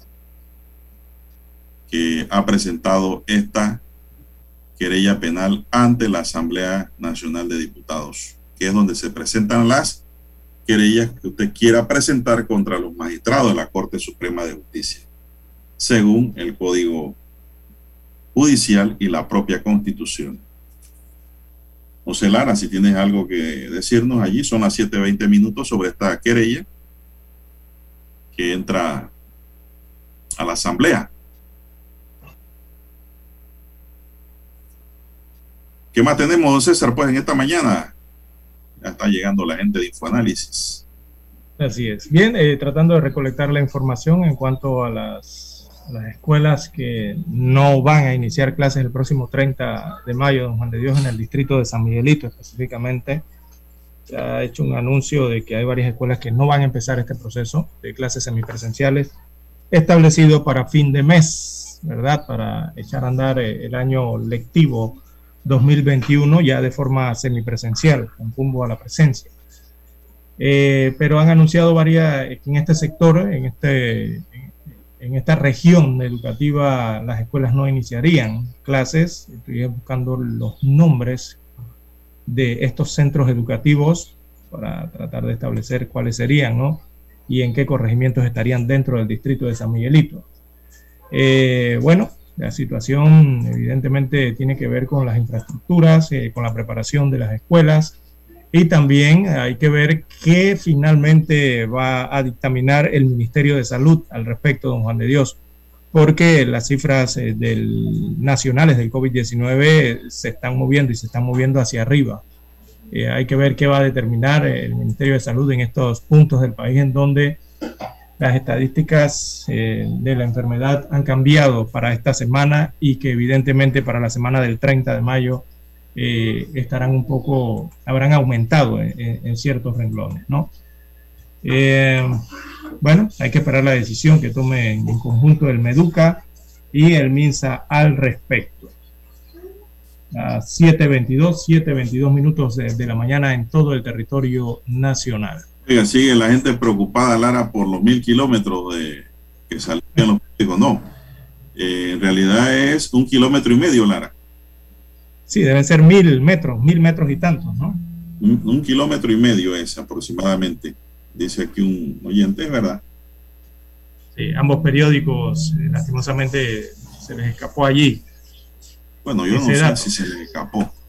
que ha presentado esta querella penal ante la Asamblea Nacional de Diputados, que es donde se presentan las querellas que usted quiera presentar contra los magistrados de la Corte Suprema de Justicia, según el Código Judicial y la propia Constitución. José Lara, si tienes algo que decirnos allí, son las 7:20 sobre esta querella que entra a la Asamblea. ¿Qué más tenemos, don César? Pues en esta mañana ya está llegando la gente de Infoanálisis. Así es. Bien, tratando de recolectar la información en cuanto a las escuelas que no van a iniciar clases el próximo 30 de mayo, don Juan de Dios, en el distrito de San Miguelito específicamente. Se ha hecho un anuncio de que hay varias escuelas que no van a empezar este proceso de clases semipresenciales establecido para fin de mes, ¿verdad? Para echar a andar el año lectivo 2021 ya de forma semipresencial, con rumbo a la presencia. Pero han anunciado varias, en este sector, en esta región educativa, las escuelas no iniciarían clases. Estoy buscando los nombres de estos centros educativos para tratar de establecer cuáles serían, ¿no? Y en qué corregimientos estarían dentro del distrito de San Miguelito. Bueno, la situación evidentemente tiene que ver con las infraestructuras, con la preparación de las escuelas, y también hay que ver qué finalmente va a dictaminar el Ministerio de Salud al respecto, don Juan de Dios, porque las cifras nacionales del COVID-19 se están moviendo y se están moviendo hacia arriba. Hay que ver qué va a determinar el Ministerio de Salud en estos puntos del país en donde las estadísticas de la enfermedad han cambiado para esta semana y que evidentemente para la semana del 30 de mayo estarán habrán aumentado en ciertos renglones, ¿no? Bueno, hay que esperar la decisión que tome en conjunto el MEDUCA y el MINSA al respecto. A 7:22 de la mañana en todo el territorio nacional. Oiga, sigue la gente preocupada, Lara, por los 1.000 kilómetros que salían los políticos. No, en realidad es 1,5 kilómetros, Lara. Sí, deben ser 1.000 metros y tantos, ¿no? 1,5 kilómetros es aproximadamente, dice aquí un oyente, es verdad. Sí, ambos periódicos, lastimosamente, se les escapó allí. Bueno, yo no sé si se les escapó.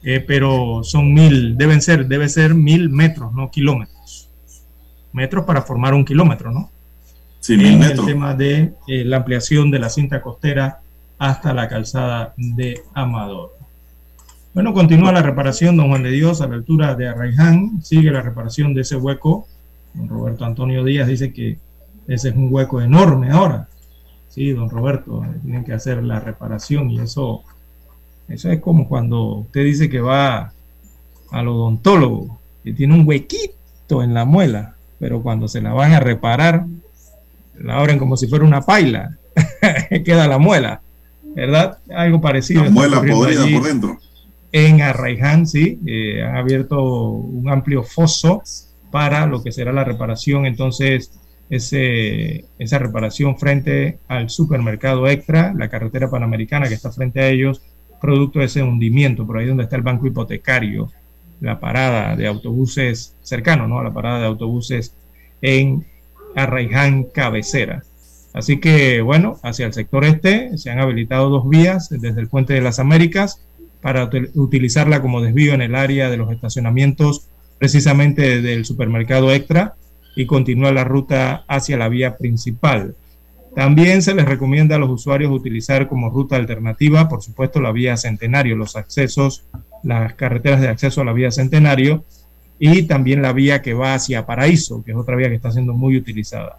pero son debe ser 1000 metros, no kilómetros. Metros para formar un kilómetro, ¿no? Sí, 1000 metros. El tema de la ampliación de la cinta costera hasta la calzada de Amador. Bueno, continúa la reparación, don Juan de Dios, a la altura de Arraiján. Sigue la reparación de ese hueco. Don Roberto Antonio Díaz dice que ese es un hueco enorme ahora. Sí, don Roberto, tienen que hacer la reparación y eso es como cuando usted dice que va al odontólogo y tiene un huequito en la muela, pero cuando se la van a reparar, la abren como si fuera una paila, queda la muela, ¿verdad? Algo parecido. La muela podrida por dentro. En Arraiján, sí, han abierto un amplio foso para lo que será la reparación, entonces esa reparación frente al supermercado Extra, la carretera panamericana que está frente a ellos, producto de ese hundimiento, por ahí donde está el banco hipotecario, la parada de autobuses cercano, ¿no? A la parada de autobuses en Arraiján Cabecera. Así que, bueno, hacia el sector este se han habilitado 2 vías desde el Puente de las Américas para utilizarla como desvío en el área de los estacionamientos precisamente del supermercado Extra y continúa la ruta hacia la vía principal. También se les recomienda a los usuarios utilizar como ruta alternativa, por supuesto, la vía Centenario, las carreteras de acceso a la vía Centenario y también la vía que va hacia Paraíso, que es otra vía que está siendo muy utilizada.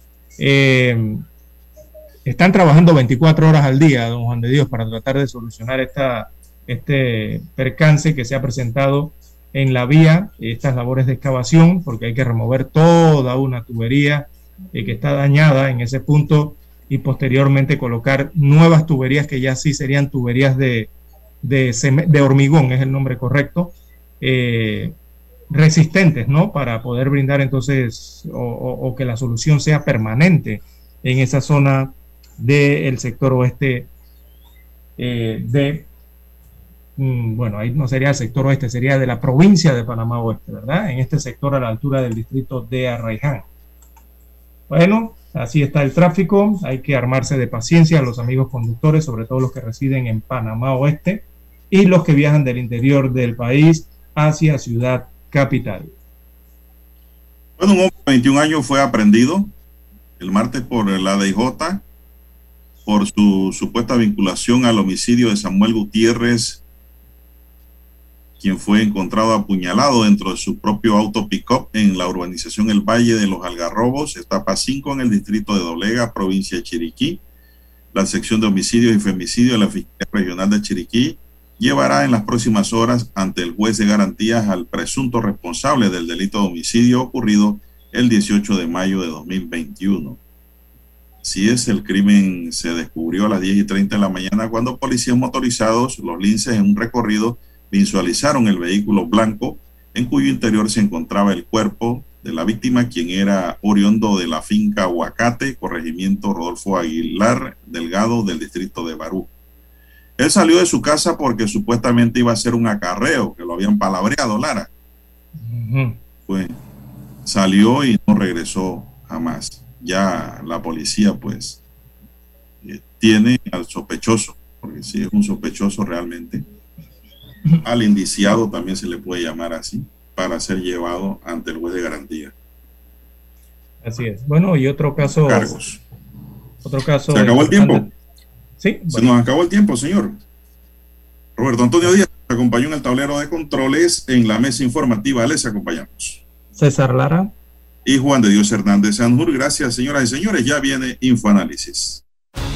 Están trabajando 24 horas al día, don Juan de Dios, para tratar de solucionar este percance que se ha presentado en la vía, estas labores de excavación, porque hay que remover toda una tubería que está dañada en ese punto y posteriormente colocar nuevas tuberías que ya sí serían tuberías de hormigón, es el nombre correcto, resistentes, ¿no? Para poder brindar entonces o que la solución sea permanente en esa zona del sector oeste bueno, ahí no sería el sector oeste, sería de la provincia de Panamá Oeste, ¿verdad? En este sector a la altura del distrito de Arraiján. Bueno, así está el tráfico, hay que armarse de paciencia a los amigos conductores, sobre todo los que residen en Panamá Oeste y los que viajan del interior del país hacia Ciudad Capital. Bueno, un hombre de 21 años fue aprehendido el martes por la DIJ por su supuesta vinculación al homicidio de Samuel Gutiérrez, quien fue encontrado apuñalado dentro de su propio auto pick-up en la urbanización El Valle de los Algarrobos, etapa 5 en el distrito de Doblega, provincia de Chiriquí. La sección de homicidios y femicidios de la Fiscalía Regional de Chiriquí llevará en las próximas horas ante el juez de garantías al presunto responsable del delito de homicidio ocurrido el 18 de mayo de 2021. Si es, el crimen se descubrió a las 10:30 de la mañana cuando policías motorizados, los linces, en un recorrido visualizaron el vehículo blanco en cuyo interior se encontraba el cuerpo de la víctima, quien era oriundo de la finca Aguacate, corregimiento Rodolfo Aguilar Delgado del distrito de Barú. Él salió de su casa porque supuestamente iba a hacer un acarreo, que lo habían palabreado, Lara. Pues salió y no regresó jamás. Ya la policía pues tiene al sospechoso, porque sí es un sospechoso realmente. Al indiciado también se le puede llamar así, para ser llevado ante el juez de garantía. Así es. Bueno, y otro caso. Cargos. Otro caso. ¿Se acabó el tiempo? Sí. Se nos acabó el tiempo, señor. Roberto Antonio Díaz nos acompañó en el tablero de controles. En la mesa informativa les acompañamos César Lara y Juan de Dios Hernández Sanjur. Gracias, señoras y señores. Ya viene Infoanálisis.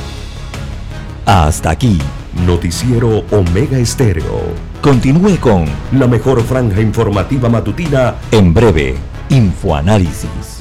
Hasta aquí, Noticiero Omega Estéreo. Continúe con la mejor franja informativa matutina. En breve, Infoanálisis.